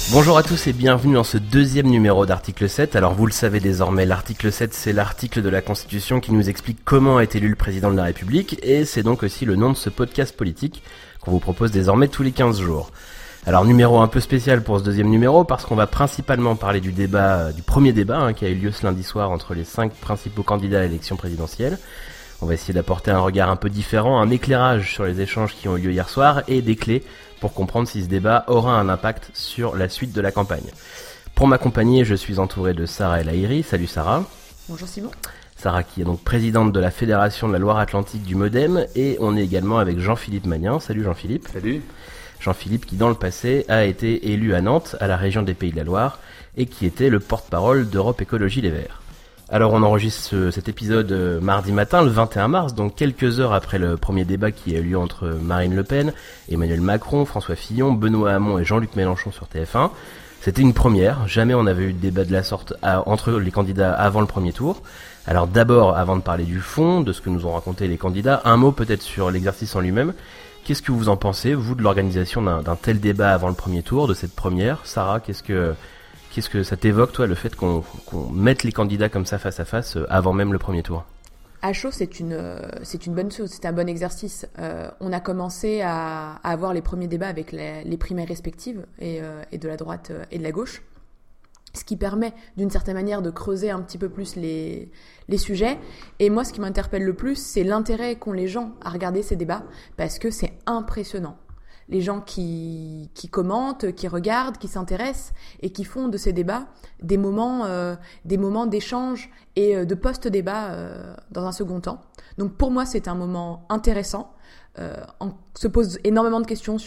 Bonjour à tous et bienvenue dans ce deuxième numéro d'Article 7. Alors vous le savez désormais, l'Article 7 c'est l'article de la Constitution qui nous explique comment est élu le président de la République et c'est donc aussi le nom de ce podcast politique qu'on vous propose désormais tous les 15 jours. Alors numéro un peu spécial pour ce deuxième numéro parce qu'on va principalement parler du premier débat qui a eu lieu ce lundi soir entre les 5 principaux candidats à l'élection présidentielle. On va essayer d'apporter un regard un peu différent, un éclairage sur les échanges qui ont eu lieu hier soir et des clés pour comprendre si ce débat aura un impact sur la suite de la campagne. Pour m'accompagner, je suis entouré de Sarah El Haïry. Salut Sarah. Bonjour Simon. Sarah qui est donc présidente de la Fédération de la Loire-Atlantique du MoDem et on est également avec Jean-Philippe Magnin. Salut Jean-Philippe. Salut. Jean-Philippe qui dans le passé a été élu à Nantes, à la région des Pays de la Loire et qui était le porte-parole d'Europe Écologie Les Verts. Alors on enregistre cet épisode mardi matin, le 21 mars, donc quelques heures après le premier débat qui a eu lieu entre Marine Le Pen, Emmanuel Macron, François Fillon, Benoît Hamon et Jean-Luc Mélenchon sur TF1. C'était une première, jamais on avait eu de débat de la sorte entre les candidats avant le premier tour. Alors d'abord, avant de parler du fond, de ce que nous ont raconté les candidats, un mot peut-être sur l'exercice en lui-même. Qu'est-ce que vous en pensez, vous, de l'organisation d'un tel débat avant le premier tour, de cette première ? Sarah, qu'est-ce que ça t'évoque, toi, le fait qu'on mette les candidats comme ça face à face avant même le premier tour ? À chaud, c'est une bonne chose, c'est un bon exercice. On a commencé à avoir les premiers débats avec les primaires respectives et de la droite et de la gauche, ce qui permet d'une certaine manière de creuser un petit peu plus les sujets. Et moi, ce qui m'interpelle le plus, c'est l'intérêt qu'ont les gens à regarder ces débats, parce que c'est impressionnant. Les gens qui commentent, qui regardent, qui s'intéressent et qui font de ces débats des moments d'échange et de post-débat dans un second temps. Donc pour moi, c'est un moment intéressant. On se pose énormément de questions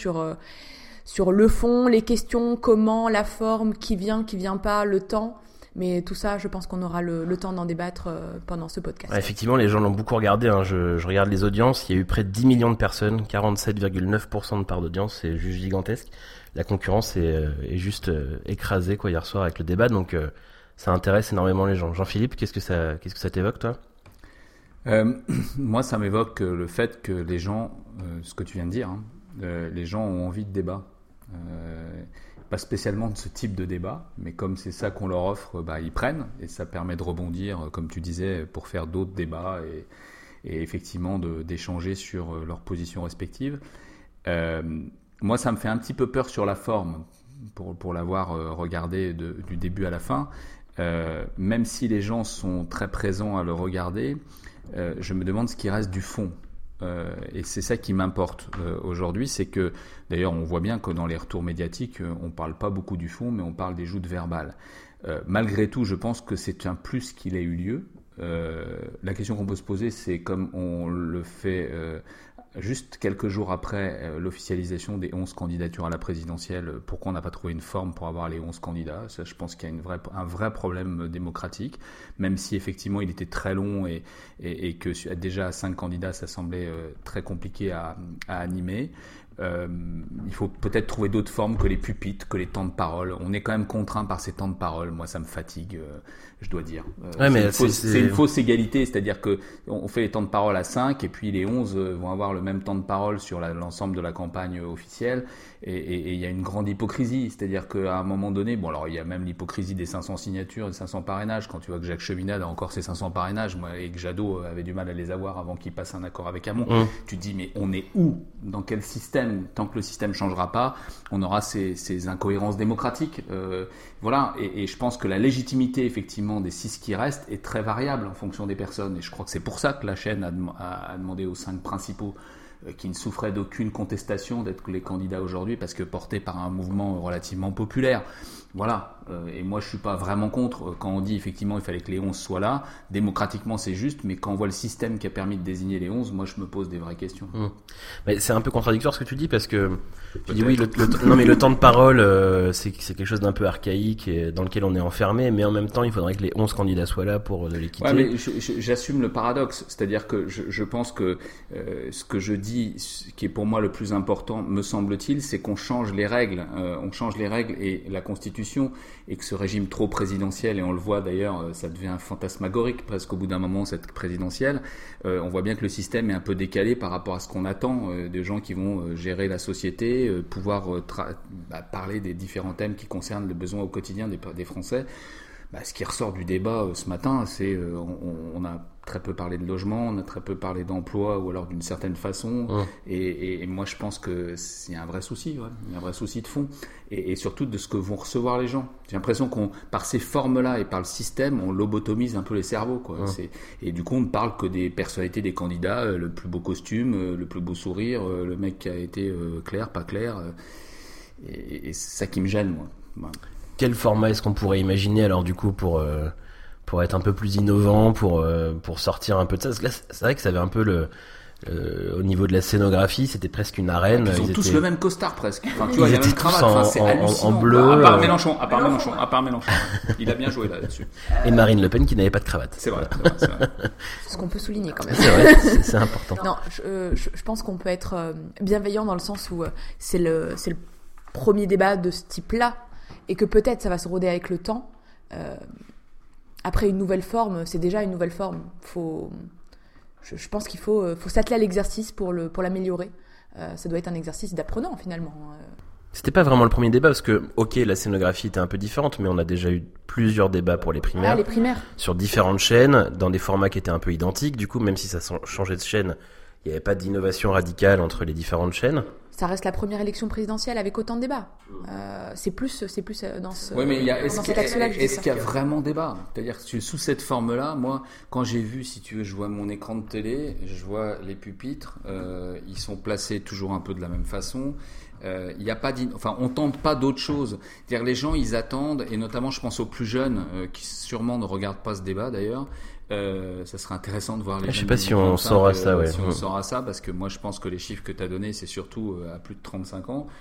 sur le fond, les questions, comment, la forme, qui vient pas, le temps. Mais tout ça, je pense qu'on aura le temps d'en débattre pendant ce podcast. Ouais, effectivement, les gens l'ont beaucoup regardé. Je regarde les audiences. Il y a eu près de 10 millions de personnes, 47,9% de part d'audience. C'est juste gigantesque. La concurrence est juste écrasée hier soir avec le débat. Donc, ça intéresse énormément les gens. Jean-Philippe, qu'est-ce que ça t'évoque, toi ? Moi, ça m'évoque le fait que les gens, ce que tu viens de dire, les gens ont envie de débat. Pas spécialement de ce type de débat, mais comme c'est ça qu'on leur offre, ils prennent, et ça permet de rebondir, comme tu disais, pour faire d'autres débats et effectivement d'échanger sur leurs positions respectives. Moi, ça me fait un petit peu peur sur la forme, pour l'avoir regardé du début à la fin. Même si les gens sont très présents à le regarder, je me demande ce qui reste du fond. Et c'est ça qui m'importe aujourd'hui, c'est que d'ailleurs on voit bien que dans les retours médiatiques on parle pas beaucoup du fond, mais on parle des joutes verbales. Malgré tout, je pense que c'est un plus qu'il ait eu lieu. La question qu'on peut se poser, c'est comme on le fait juste quelques jours après l'officialisation des 11 candidatures à la présidentielle, pourquoi on n'a pas trouvé une forme pour avoir les 11 candidats ? Ça, je pense qu'il y a un vrai problème démocratique, même si effectivement il était très long et que déjà à 5 candidats, ça semblait très compliqué à animer. Il faut peut-être trouver d'autres formes que les pupitres, que les temps de parole. On est quand même contraint par ces temps de parole. Moi, ça me fatigue, je dois dire. C'est une fausse égalité, c'est-à-dire que on fait les temps de parole à 5 et puis les 11 vont avoir le même temps de parole sur l'ensemble de la campagne officielle. Et il y a une grande hypocrisie, c'est-à-dire qu'à un moment donné, bon alors il y a même l'hypocrisie des 500 signatures, des 500 parrainages. Quand tu vois que Jacques Cheminade a encore ses 500 parrainages, et que Jadot avait du mal à les avoir avant qu'il passe un accord avec Hamon, tu te dis mais on est où ? Dans quel système ? Tant que le système ne changera pas, on aura ces incohérences démocratiques. Voilà, et je pense que la légitimité effectivement des 6 qui restent est très variable en fonction des personnes. Et je crois que c'est pour ça que la chaîne a demandé aux 5 principaux qui ne souffraient d'aucune contestation d'être les candidats aujourd'hui, parce que portés par un mouvement relativement populaire. Voilà, et moi je suis pas vraiment contre quand on dit effectivement il fallait que les 11 soient là. Démocratiquement c'est juste, mais quand on voit le système qui a permis de désigner les 11, moi je me pose des vraies questions. Mais c'est un peu contradictoire ce que tu dis, parce que tu dis oui, non mais le temps de parole c'est quelque chose d'un peu archaïque et dans lequel on est enfermé, mais en même temps il faudrait que les 11 candidats soient là pour de l'équité. Ouais, mais j'assume le paradoxe, c'est-à-dire que je pense que ce que je dis, ce qui est pour moi le plus important, me semble-t-il, c'est qu'on change les règles, et la Constitution Constitution et que ce régime trop présidentiel, et on le voit d'ailleurs, ça devient fantasmagorique presque au bout d'un moment, cette présidentielle, on voit bien que le système est un peu décalé par rapport à ce qu'on attend de gens qui vont gérer la société, pouvoir parler des différents thèmes qui concernent le besoin au quotidien des Français. Ce qui ressort du débat ce matin, c'est on a très peu parlé de logement, on a très peu parlé d'emploi, ou alors d'une certaine façon. Et moi, je pense que c'est un vrai souci, il y a un vrai souci de fond, et surtout de ce que vont recevoir les gens. J'ai l'impression qu'on, par ces formes-là et par le système, on lobotomise un peu les cerveaux, quoi. Et du coup, on ne parle que des personnalités des candidats, le plus beau costume, le plus beau sourire, le mec qui a été clair, pas clair. Et c'est ça qui me gêne, moi. Voilà. Quel format est-ce qu'on pourrait imaginer alors du coup pour être un peu plus innovant, pour sortir un peu de ça? Parce que là, c'est vrai que ça avait un peu au niveau de la scénographie, c'était presque une arène. Ils ont tous le même costard presque. Enfin, tu vois, il y a même cravate. En bleu. À part Mélenchon. Il a bien joué là-dessus. Et Marine Le Pen qui n'avait pas de cravate. C'est vrai. Ce qu'on peut souligner quand même. C'est vrai, c'est important. Non, je pense qu'on peut être bienveillant dans le sens où c'est le premier débat de ce type-là. Et que peut-être ça va se roder avec le temps. Après, une nouvelle forme, c'est déjà une nouvelle forme. Je pense qu'il faut s'atteler à l'exercice pour l'améliorer. Ça doit être un exercice d'apprenant, finalement. C'était pas vraiment le premier débat, parce que, ok, la scénographie était un peu différente, mais on a déjà eu plusieurs débats pour les primaires. Les primaires. Sur différentes chaînes, dans des formats qui étaient un peu identiques. Du coup, même si ça changeait de chaîne, il n'y avait pas d'innovation radicale entre les différentes chaînes. Ça reste la première élection présidentielle avec autant de débats. C'est plus dans ce cet axe-là. Est-ce qu'il y a vraiment débat? C'est-à-dire que sous cette forme-là, moi, quand j'ai vu, si tu veux, je vois mon écran de télé, je vois les pupitres, ils sont placés toujours un peu de la même façon. Il y a pas on tente pas d'autre chose. C'est-à-dire les gens, ils attendent, et notamment, je pense aux plus jeunes qui sûrement ne regardent pas ce débat d'ailleurs. Ça serait intéressant de voir les. Je sais pas si on saura ça, ouais. Si on saura ça, parce que moi je pense que les chiffres que tu as donnés, c'est surtout à plus de 35 ans.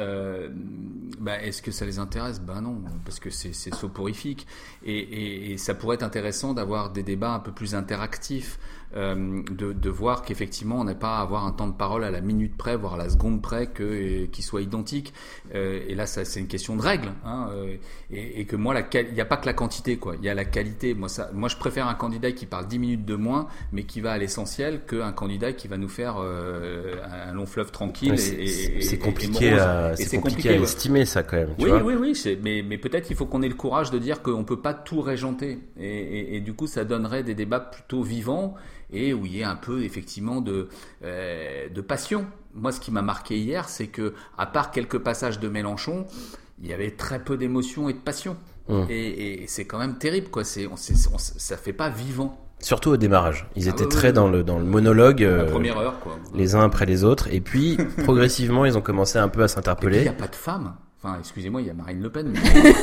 Est-ce que ça les intéresse? Non, parce que c'est soporifique. Et ça pourrait être intéressant d'avoir des débats un peu plus interactifs, de voir qu'effectivement on n'a pas à avoir un temps de parole à la minute près, voire à la seconde près, qui soit identique. Et là, ça, c'est une question de règles, et que moi, il n'y a pas que la quantité, quoi. Il y a la qualité. Moi, je préfère un candidat qui parle 10 minutes de moins, mais qui va à l'essentiel, qu'un candidat qui va nous faire un long fleuve tranquille. C'est compliqué à estimer ça quand même. Oui. Mais peut-être il faut qu'on ait le courage de dire qu'on peut pas tout régenter. Et du coup, ça donnerait des débats plutôt vivants et où il y a un peu effectivement de passion. Moi, ce qui m'a marqué hier, c'est que à part quelques passages de Mélenchon, il y avait très peu d'émotion et de passion. Et c'est quand même terrible, quoi. Ça fait pas vivant. Surtout au démarrage. Ils étaient très dans le monologue. La première heure, quoi. Les uns après les autres. Et puis, progressivement, ils ont commencé un peu à s'interpeller. Il n'y a pas de femmes. Enfin, excusez-moi, il y a Marine Le Pen.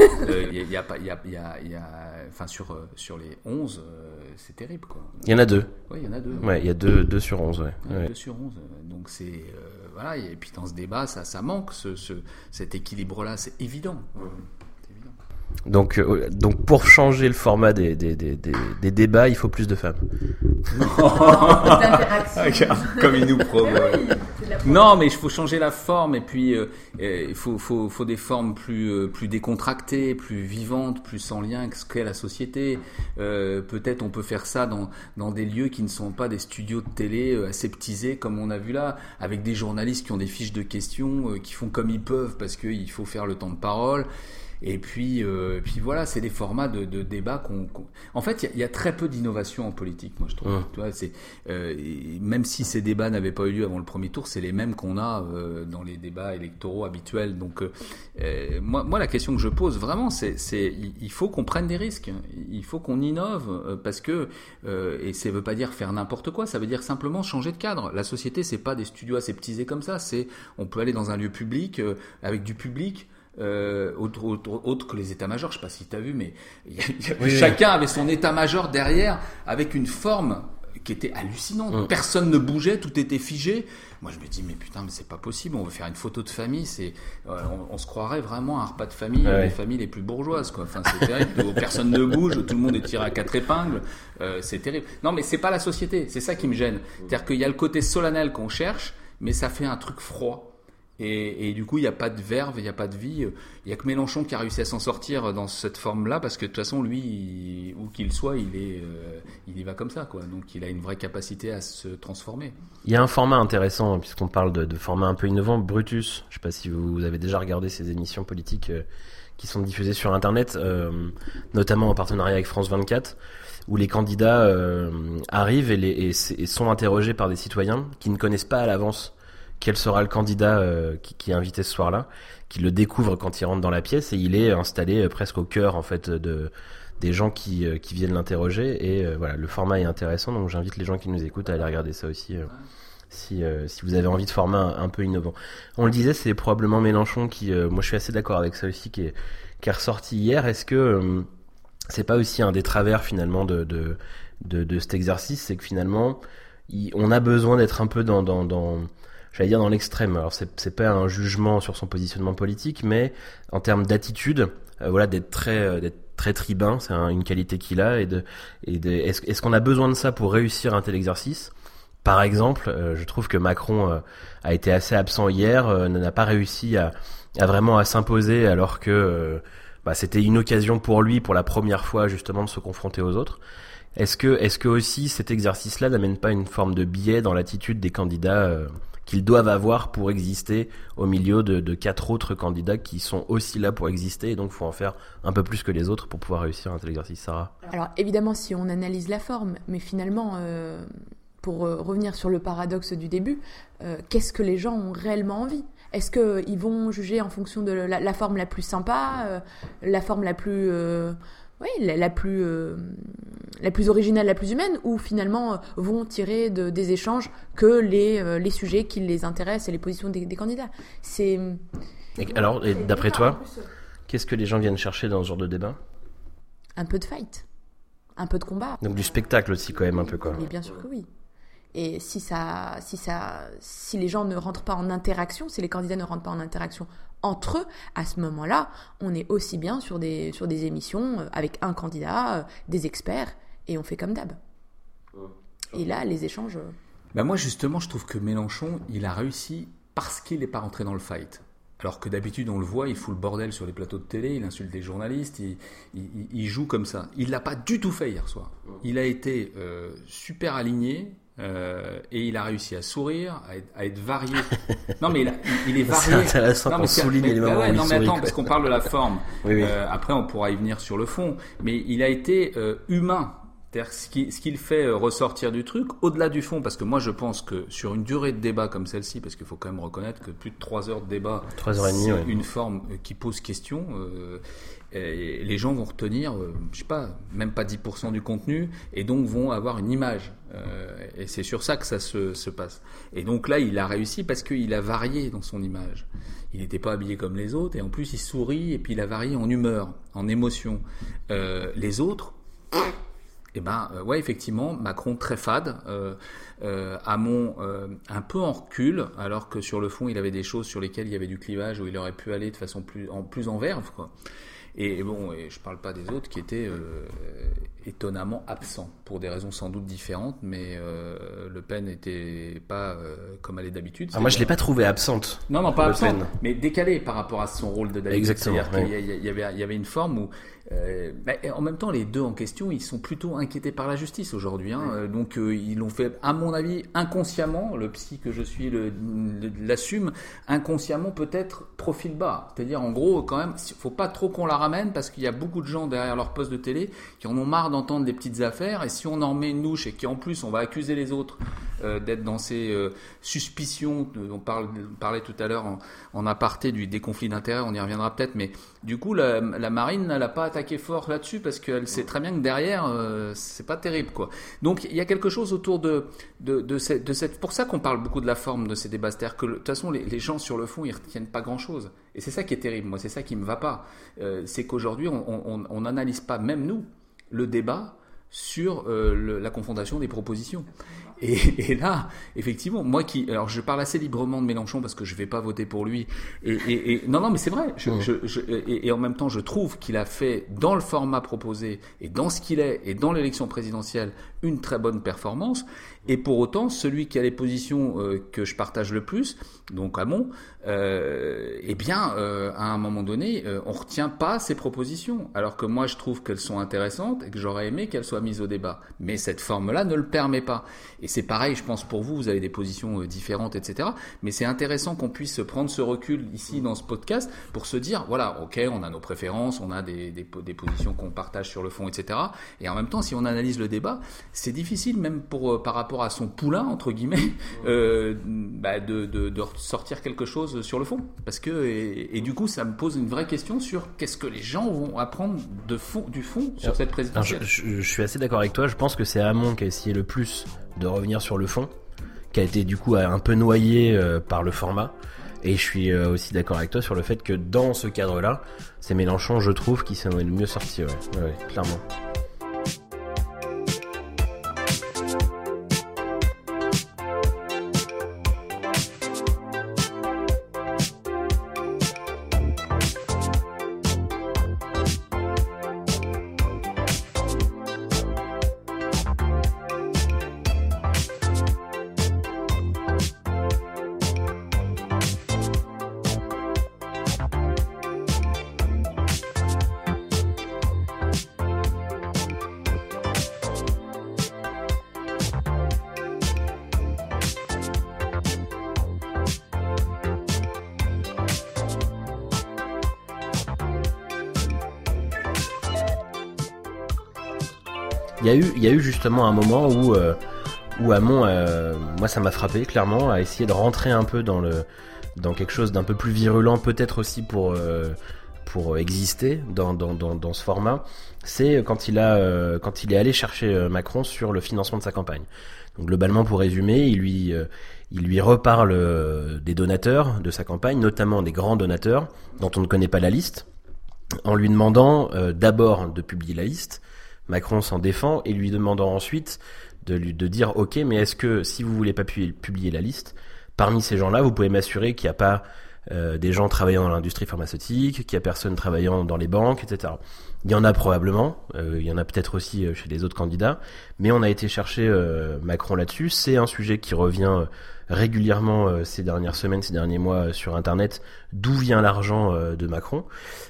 Sur les 11, c'est terrible, quoi. Il y en a 2. Oui, il y en a 2. Ouais, il y a 2 sur 11, ouais. 2 sur 11. Donc c'est, voilà. Et puis dans ce débat, ça manque, cet équilibre-là, c'est évident. Donc pour changer le format des débats, il faut plus de femmes. Comme il nous provoque. Non, mais il faut changer la forme, et puis il faut des formes plus décontractées, plus vivantes, plus en lien avec ce qu'est la société. Peut-être on peut faire ça dans des lieux qui ne sont pas des studios de télé aseptisés comme on a vu là, avec des journalistes qui ont des fiches de questions, qui font comme ils peuvent parce qu'il faut faire le temps de parole. Et puis voilà, c'est des formats de débat En fait, il y a très peu d'innovation en politique, moi je trouve. Tu vois, même si ces débats n'avaient pas eu lieu avant le premier tour, c'est les mêmes qu'on a dans les débats électoraux habituels. Donc moi la question que je pose vraiment, c'est il faut qu'on prenne des risques, il faut qu'on innove, parce que et ça veut pas dire faire n'importe quoi, ça veut dire simplement changer de cadre. La société, c'est pas des studios aseptisés comme ça. On peut aller dans un lieu public avec du public. Autre que les états-majors, je sais pas si tu as vu, mais chacun avait son état-major derrière avec une forme qui était hallucinante. Personne ne bougeait, tout était figé. Moi, je me dis, mais putain, mais c'est pas possible. On veut faire une photo de famille, on se croirait vraiment à un repas de famille, les familles les plus bourgeoises, quoi. Enfin, c'est terrible. Personne ne bouge, tout le monde est tiré à 4 épingles. C'est terrible. Non, mais c'est pas la société. C'est ça qui me gêne. C'est-à-dire qu'il y a le côté solennel qu'on cherche, mais ça fait un truc froid. Et du coup, il n'y a pas de verve, il n'y a pas de vie. Il n'y a que Mélenchon qui a réussi à s'en sortir dans cette forme-là, parce que de toute façon, lui, où qu'il soit, il y va comme ça, quoi. Donc, il a une vraie capacité à se transformer. Il y a un format intéressant, puisqu'on parle de format un peu innovant, Brutus. Je ne sais pas si vous avez déjà regardé ces émissions politiques qui sont diffusées sur Internet, notamment en partenariat avec France 24, où les candidats arrivent et sont interrogés par des citoyens qui ne connaissent pas à l'avance quel sera le candidat qui est invité ce soir-là, qui le découvre quand il rentre dans la pièce, et il est installé presque au cœur en fait des gens qui viennent l'interroger, et voilà, le format est intéressant, donc j'invite les gens qui nous écoutent à aller regarder ça aussi si vous avez envie de format un peu innovant. On le disait, c'est probablement Mélenchon qui, moi je suis assez d'accord avec ça aussi, qui est ressorti hier. Est-ce que c'est pas aussi un des travers finalement de cet exercice, c'est que finalement on a besoin d'être un peu j'allais dire dans l'extrême. Alors c'est pas un jugement sur son positionnement politique, mais en termes d'attitude, voilà, d'être très tribun, c'est une qualité qu'il a, est-ce qu'on a besoin de ça pour réussir un tel exercice? Par exemple, je trouve que Macron a été assez absent hier, n'a pas réussi à vraiment s'imposer, alors que c'était une occasion pour lui, pour la première fois justement, de se confronter aux autres. Est-ce que aussi cet exercice-là n'amène pas une forme de biais dans l'attitude des candidats qu'ils doivent avoir pour exister au milieu de 4 autres candidats qui sont aussi là pour exister, et donc il faut en faire un peu plus que les autres pour pouvoir réussir un tel exercice? Sarah? Alors évidemment, si on analyse la forme, mais finalement, pour revenir sur le paradoxe du début, qu'est-ce que les gens ont réellement envie? Est-ce qu'ils vont juger en fonction de la forme la plus sympa, la forme la plus... la plus originale, la plus humaine, ou finalement vont tirer des échanges que les sujets qui les intéressent et les positions des candidats. Alors, d'après toi, qu'est-ce que les gens viennent chercher dans ce genre de débat? Un peu de fight, un peu de combat. Donc du spectacle aussi quand même, un peu, quoi. Mais bien sûr que oui. Et si les gens ne rentrent pas en interaction, si les candidats ne rentrent pas en interaction entre eux, à ce moment-là, on est aussi bien sur des émissions avec un candidat, des experts, et on fait comme d'hab. Et là, les échanges... Moi, justement, je trouve que Mélenchon, il a réussi parce qu'il n'est pas rentré dans le fight. Alors que d'habitude, on le voit, il fout le bordel sur les plateaux de télé, il insulte les journalistes, il joue comme ça. Il ne l'a pas du tout fait hier soir. Il a été super aligné, et il a réussi à sourire, à être varié. Non, mais il est varié. C'est intéressant qu'on souligne les moments où il sourit. Non, mais attends, parce qu'on parle de la forme. Oui. Après, on pourra y venir sur le fond. Mais il a été humain. C'est-à-dire ce qu'il fait ressortir du truc, au-delà du fond, parce que moi je pense que sur une durée de débat comme celle-ci, parce qu'il faut quand même reconnaître que plus de 3 heures de débat, 3h30, c'est une forme qui pose question, et les gens vont retenir, je sais pas, même pas 10% du contenu, et donc vont avoir une image. Et c'est sur ça que ça se passe. Et donc là, il a réussi parce qu'il a varié dans son image. Il n'était pas habillé comme les autres, et en plus il sourit, et puis il a varié en humeur, en émotion. Les autres... effectivement, Macron très fade, Hamon un peu en recul, alors que sur le fond, il avait des choses sur lesquelles il y avait du clivage, où il aurait pu aller de façon plus en verve, quoi. Et je parle pas des autres qui étaient étonnamment absents, pour des raisons sans doute différentes, mais Le Pen n'était pas comme elle est d'habitude. Moi, je l'ai pas trouvée absente. Non, pas absente, mais décalée par rapport à son rôle de d'habitude. Exactement. C'est-à-dire qu'il y avait une forme où, en même temps, les deux en question, ils sont plutôt inquiétés par la justice aujourd'hui. Donc, ils l'ont fait, à mon avis, inconsciemment. Le psy que je suis l'assume, inconsciemment, peut-être profil bas. C'est-à-dire, en gros, quand même, faut pas trop qu'on la ramène, parce qu'il y a beaucoup de gens derrière leur poste de télé qui en ont marre d'entendre des petites affaires, et si on en remet une louche et qu'en plus on va accuser les autres d'être dans ces suspicions, on parlait tout à l'heure en aparté des conflits d'intérêts, on y reviendra peut-être, mais du coup la marine n'a pas attaqué fort là-dessus, parce qu'elle sait très bien que derrière c'est pas terrible, quoi. Donc il y a quelque chose autour de cette, pour ça qu'on parle beaucoup de la forme de ces débats, c'est-à-dire que de toute façon les gens sur le fond ils retiennent pas grand-chose, et c'est ça qui est terrible. Moi, c'est ça qui me va pas, c'est qu'aujourd'hui on n'analyse pas, même nous, le débat sur la confrontation des propositions. Et là, effectivement, alors je parle assez librement de Mélenchon parce que je vais pas voter pour lui. Non, mais c'est vrai. Et en même temps, je trouve qu'il a fait dans le format proposé et dans ce qu'il est et dans l'élection présidentielle une très bonne performance. Et pour autant, celui qui a les positions que je partage le plus, donc Hamon, à un moment donné, on retient pas ses propositions. Alors que moi, je trouve qu'elles sont intéressantes et que j'aurais aimé qu'elles soient mises au débat. Mais cette forme-là ne le permet pas. Et c'est pareil, je pense, pour vous, vous avez des positions différentes, etc. Mais c'est intéressant qu'on puisse prendre ce recul ici dans ce podcast pour se dire, voilà, ok, on a nos préférences, on a des positions qu'on partage sur le fond, etc. Et en même temps, si on analyse le débat, c'est difficile, même par rapport à son poulain, entre guillemets, de sortir quelque chose sur le fond. Parce que, et du coup, ça me pose une vraie question sur qu'est-ce que les gens vont apprendre du fond sur cette présidentielle. Je suis assez d'accord avec toi, je pense que c'est Hamon qui a essayé le plus de revenir sur le fond, qui a été du coup un peu noyé par le format. Et je suis aussi d'accord avec toi sur le fait que dans ce cadre-là, c'est Mélenchon, je trouve, qui s'en est le mieux sorti, ouais, clairement. Il y a eu justement un moment où Hamon, moi ça m'a frappé clairement, a essayé de rentrer un peu dans quelque chose d'un peu plus virulent, peut-être aussi pour exister dans ce format. C'est quand il est allé chercher Macron sur le financement de sa campagne. Donc globalement, pour résumer, il lui reparle des donateurs de sa campagne, notamment des grands donateurs dont on ne connaît pas la liste, en lui demandant d'abord de publier la liste. Macron s'en défend et lui demandant ensuite de dire ok, mais est-ce que si vous voulez pas publier la liste, parmi ces gens-là, vous pouvez m'assurer qu'il n'y a pas des gens travaillant dans l'industrie pharmaceutique, qu'il n'y a personne travaillant dans les banques, etc. Il y en a probablement, il y en a peut-être aussi chez les autres candidats, mais on a été chercher Macron là-dessus. C'est un sujet qui revient régulièrement ces dernières semaines, ces derniers mois sur Internet. D'où vient l'argent de Macron ?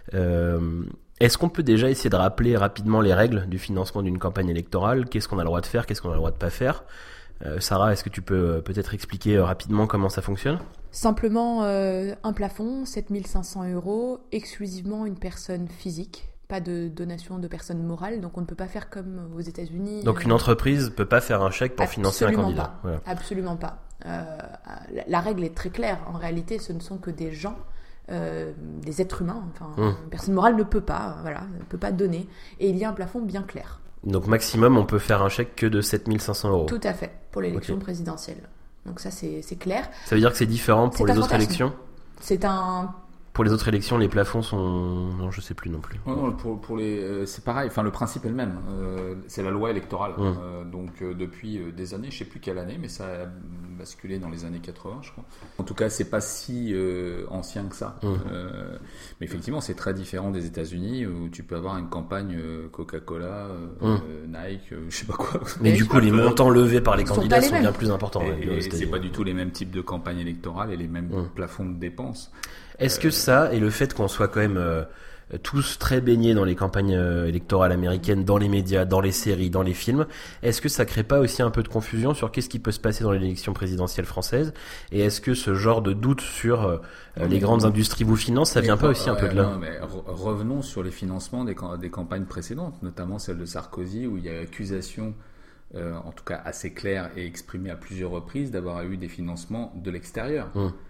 Est-ce qu'on peut déjà essayer de rappeler rapidement les règles du financement d'une campagne électorale ? Qu'est-ce qu'on a le droit de faire ? Qu'est-ce qu'on a le droit de pas faire ? Sarah, est-ce que tu peux peut-être expliquer rapidement comment ça fonctionne ? Simplement un plafond, 7 500 €, exclusivement une personne physique, pas de donation de personnes morales, donc on ne peut pas faire comme aux États-Unis. Donc une entreprise ne peut pas faire un chèque pour financer un candidat. Voilà. Absolument pas. La règle est très claire. En réalité, ce ne sont que des gens. Des êtres humains, une personne morale ne peut pas, ne peut pas donner, et il y a un plafond bien clair. Donc maximum, on peut faire un chèque que de 7 500 €. Tout à fait, pour l'élection présidentielle. Donc ça, c'est clair. Ça veut dire que c'est différent pour les autres élections ? C'est un... Pour les autres élections, les plafonds sont... Non, je sais plus non plus. Non, pour les... c'est pareil, le principe est le même. C'est la loi électorale. Donc depuis des années, je sais plus quelle année, mais ça a basculé dans les années 80, je crois. En tout cas, c'est pas si ancien que ça. Mais effectivement, c'est très différent des États-Unis, où tu peux avoir une campagne Coca-Cola, Nike, je sais pas quoi. Mais du coup, les montants levés par les candidats sont bien plus importants. Et c'est pas du tout les mêmes types de campagnes électorales et les mêmes plafonds de dépenses. Est-ce que ça, et le fait qu'on soit quand même tous très baignés dans les campagnes électorales américaines, dans les médias, dans les séries, dans les films, est-ce que ça crée pas aussi un peu de confusion sur qu'est-ce qui peut se passer dans l'élection présidentielle française ? Et est-ce que ce genre de doute sur les grandes industries vous financent, ça vient pas aussi un peu de là ? Non, mais revenons sur les financements des campagnes précédentes, notamment celle de Sarkozy, où il y a accusation, en tout cas assez claire et exprimée à plusieurs reprises, d'avoir eu des financements de l'extérieur.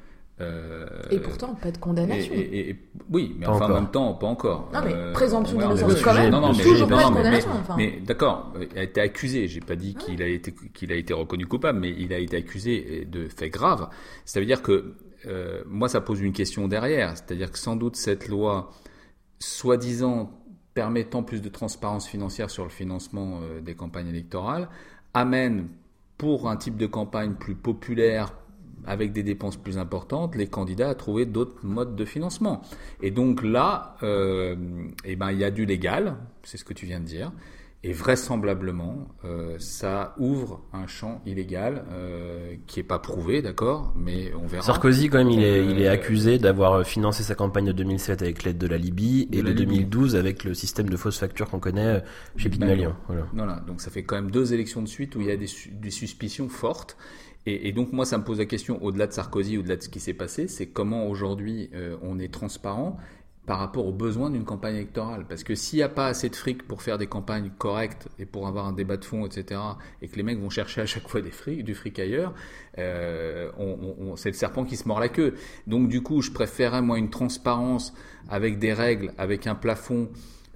Et pourtant, pas de condamnation. Oui, mais en même temps, pas encore. Non, mais présomption d'innocence quand même. Non, toujours pas de condamnation. Mais d'accord, il a été accusé. J'ai pas dit qu'il a été reconnu coupable, mais il a été accusé de faits graves. Ça veut dire que moi, ça pose une question derrière. C'est-à-dire que sans doute cette loi, soi-disant permettant plus de transparence financière sur le financement des campagnes électorales, amène pour un type de campagne plus populaire, avec des dépenses plus importantes, les candidats à trouver d'autres modes de financement. Et donc là, il y a du légal, c'est ce que tu viens de dire, et vraisemblablement, ça ouvre un champ illégal qui n'est pas prouvé, d'accord, mais on verra. Sarkozy, quand même, il est accusé d'avoir financé sa campagne de 2007 avec l'aide de la Libye et de 2012 avec le système de fausses factures qu'on connaît chez Pygmalion. Voilà, donc ça fait quand même 2 élections de suite où il y a des suspicions fortes. Et donc moi, ça me pose la question, au-delà de Sarkozy, au-delà de ce qui s'est passé, c'est comment aujourd'hui on est transparent par rapport aux besoins d'une campagne électorale. Parce que s'il n'y a pas assez de fric pour faire des campagnes correctes et pour avoir un débat de fond, etc., et que les mecs vont chercher à chaque fois du fric ailleurs, c'est le serpent qui se mord la queue. Donc du coup, je préférerais moi une transparence avec des règles, avec un plafond.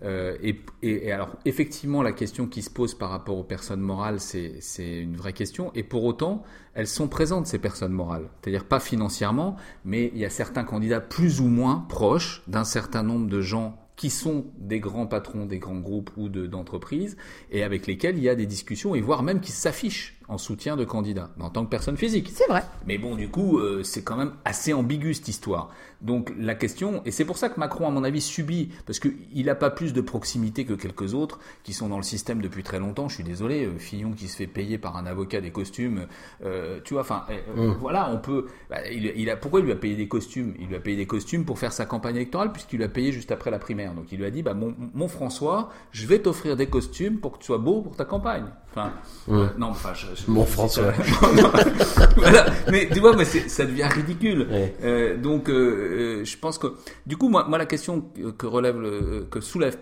Et alors, effectivement, la question qui se pose par rapport aux personnes morales, c'est une vraie question. Et pour autant, elles sont présentes, ces personnes morales. C'est-à-dire pas financièrement, mais il y a certains candidats plus ou moins proches d'un certain nombre de gens qui sont des grands patrons des grands groupes ou d'entreprises et avec lesquels il y a des discussions et voire même qui s'affichent en soutien de candidats en tant que personne physique. C'est vrai. Mais bon, du coup, c'est quand même assez ambigu cette histoire. Donc la question, et c'est pour ça que Macron, à mon avis, subit, parce qu'il n'a pas plus de proximité que quelques autres qui sont dans le système depuis très longtemps. Je suis désolé, Fillon qui se fait payer par un avocat des costumes, tu vois, enfin, voilà, on peut. Pourquoi il lui a payé des costumes ? Il lui a payé des costumes pour faire sa campagne électorale, puisqu'il lui a payé juste après la primaire. Donc il lui a dit, mon François, je vais t'offrir des costumes pour que tu sois beau pour ta campagne. Enfin, non, enfin, mon François. Voilà. Mais tu vois, ça devient ridicule. Ouais. Donc, je pense que, du coup, moi, la question que soulève,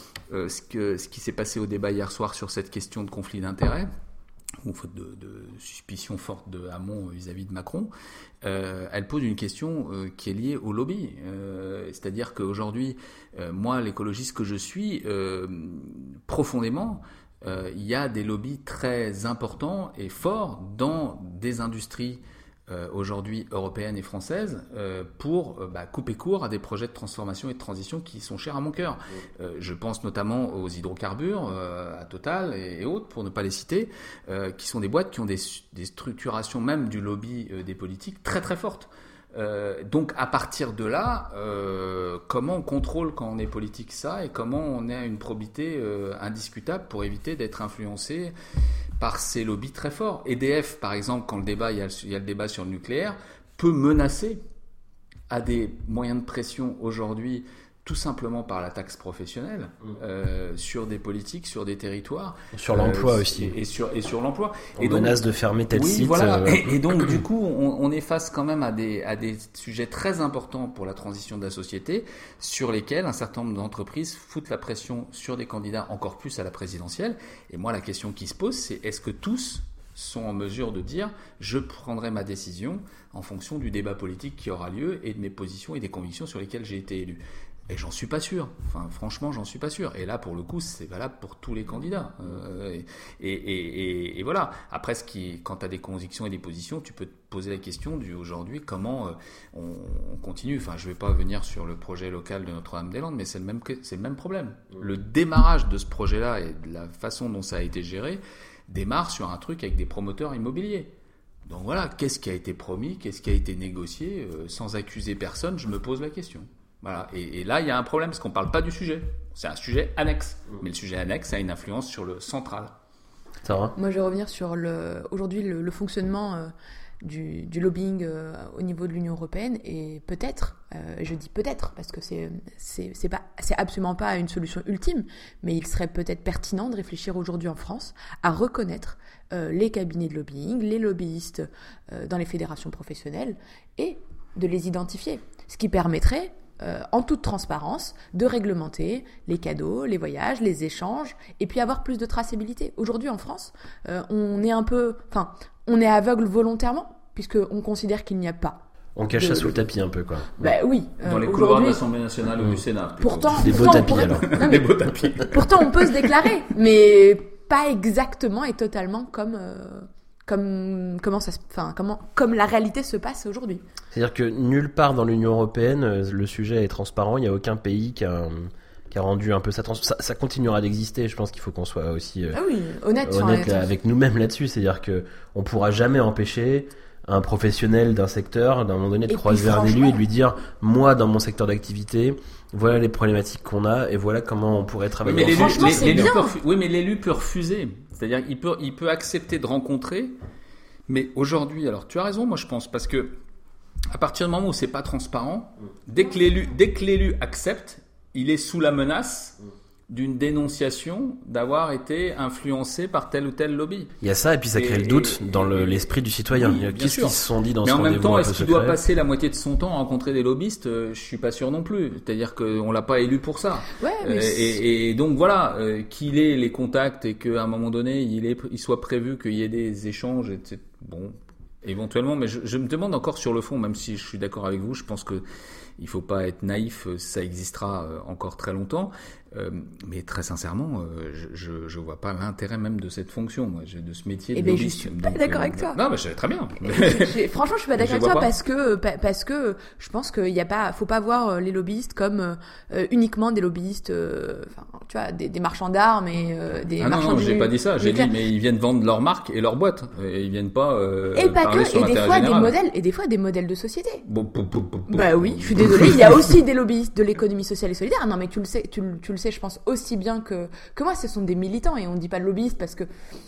ce qui s'est passé au débat hier soir sur cette question de conflit d'intérêts, ou faute de suspicion forte de Hamon vis-à-vis de Macron, elle pose une question qui est liée au lobby. C'est-à-dire qu'aujourd'hui, moi, l'écologiste que je suis, profondément, il y a des lobbies très importants et forts dans des industries aujourd'hui européennes et françaises pour couper court à des projets de transformation et de transition qui sont chers à mon cœur. Je pense notamment aux hydrocarbures, à Total et autres, pour ne pas les citer, qui sont des boîtes qui ont des structurations même du lobby des politiques très très fortes. Donc à partir de là, comment on contrôle quand on est politique ça et comment on a une probité indiscutable pour éviter d'être influencé par ces lobbies très forts. EDF, par exemple, quand il y a le débat sur le nucléaire, peut menacer à des moyens de pression aujourd'hui, tout simplement par la taxe professionnelle, sur des politiques, sur des territoires. Sur l'emploi aussi. Et sur l'emploi. On menace de fermer tel site. Voilà. Et donc, du coup, on est face quand même à des sujets très importants pour la transition de la société, sur lesquels un certain nombre d'entreprises foutent la pression sur des candidats encore plus à la présidentielle. Et moi, la question qui se pose, c'est est-ce que tous sont en mesure de dire je prendrai ma décision en fonction du débat politique qui aura lieu et de mes positions et des convictions sur lesquelles j'ai été élu. Et j'en suis pas sûr. Enfin, franchement, j'en suis pas sûr. Et là, pour le coup, c'est valable pour tous les candidats. Et voilà. Après, quand tu as des convictions et des positions, tu peux te poser la question aujourd'hui, comment on continue. Enfin, je vais pas venir sur le projet local de Notre-Dame-des-Landes, mais c'est le même problème. Le démarrage de ce projet-là et de la façon dont ça a été géré démarre sur un truc avec des promoteurs immobiliers. Donc voilà, qu'est-ce qui a été promis, qu'est-ce qui a été négocié, sans accuser personne, je me pose la question. Voilà. Et là, il y a un problème parce qu'on ne parle pas du sujet. C'est un sujet annexe. Mais le sujet annexe a une influence sur le central. Sarah ? Moi, je vais revenir sur aujourd'hui le fonctionnement du lobbying au niveau de l'Union européenne. Et peut-être, je dis peut-être, parce que c'est absolument pas une solution ultime, mais il serait peut-être pertinent de réfléchir aujourd'hui en France à reconnaître les cabinets de lobbying, les lobbyistes dans les fédérations professionnelles et de les identifier. Ce qui permettrait en toute transparence, de réglementer les cadeaux, les voyages, les échanges, et puis avoir plus de traçabilité. Aujourd'hui, en France, on est aveugle volontairement, puisqu'on considère qu'il n'y a pas. On cache ça sous le tapis un peu, quoi. Oui. Dans les couloirs de l'Assemblée nationale ou du Sénat. Des beaux tapis, alors. Des beaux tapis. Pourtant, on peut se déclarer, mais pas exactement et totalement comme la réalité se passe aujourd'hui. C'est-à-dire que nulle part dans l'Union européenne, le sujet est transparent. Il n'y a aucun pays qui a qui a rendu un peu ça continuera d'exister. Je pense qu'il faut qu'on soit aussi honnête avec nous-mêmes là-dessus. C'est-à-dire que on pourra jamais empêcher un professionnel d'un secteur, d'un moment donné, de croiser un élu et de lui dire, moi, dans mon secteur d'activité, voilà les problématiques qu'on a et voilà comment on pourrait travailler. Mais franchement, c'est bien. Mais l'élu peut refuser. C'est-à-dire, il peut accepter de rencontrer. Mais aujourd'hui, alors tu as raison, moi je pense, parce que à partir du moment où c'est pas transparent, dès que l'élu accepte, il est sous la menace d'une dénonciation d'avoir été influencé par tel ou tel lobby. Il y a ça, et puis ça crée le doute dans l'esprit du citoyen. Oui, qu'est-ce qu'ils se sont dit dans ce rendez-vous? Mais en même temps, est-ce qu'il doit secret passer la moitié de son temps à rencontrer des lobbyistes? Je suis pas sûr non plus. C'est-à-dire qu'on l'a pas élu pour ça. Ouais, mais et donc voilà, qu'il ait les contacts et qu'à un moment donné, il soit prévu qu'il y ait des échanges, etc. Bon, éventuellement, mais je me demande encore sur le fond, même si je suis d'accord avec vous, je pense que il faut pas être naïf, ça existera encore très longtemps. Mais très sincèrement, je vois pas l'intérêt même de cette fonction, moi, de ce métier. Eh ben, je suis pas d'accord avec toi. Non, mais je très bien. Franchement, je suis pas d'accord avec toi parce que je pense qu'il y a pas, faut pas voir les lobbyistes comme uniquement des lobbyistes, tu vois, des marchands d'armes et des marchands. Non, j'ai pas dit ça. J'ai dit, mais ils viennent vendre leur marque et leur boîte. Et ils viennent pas. Et pas parler que. sur Et des fois général. des modèles. Et des fois des modèles de société. Bah oui, je suis désolée. Il y a aussi des lobbyistes de l'économie sociale et solidaire. Non, mais tu le sais, je pense aussi bien que moi. Ce sont des militants et on dit pas lobbyistes parce que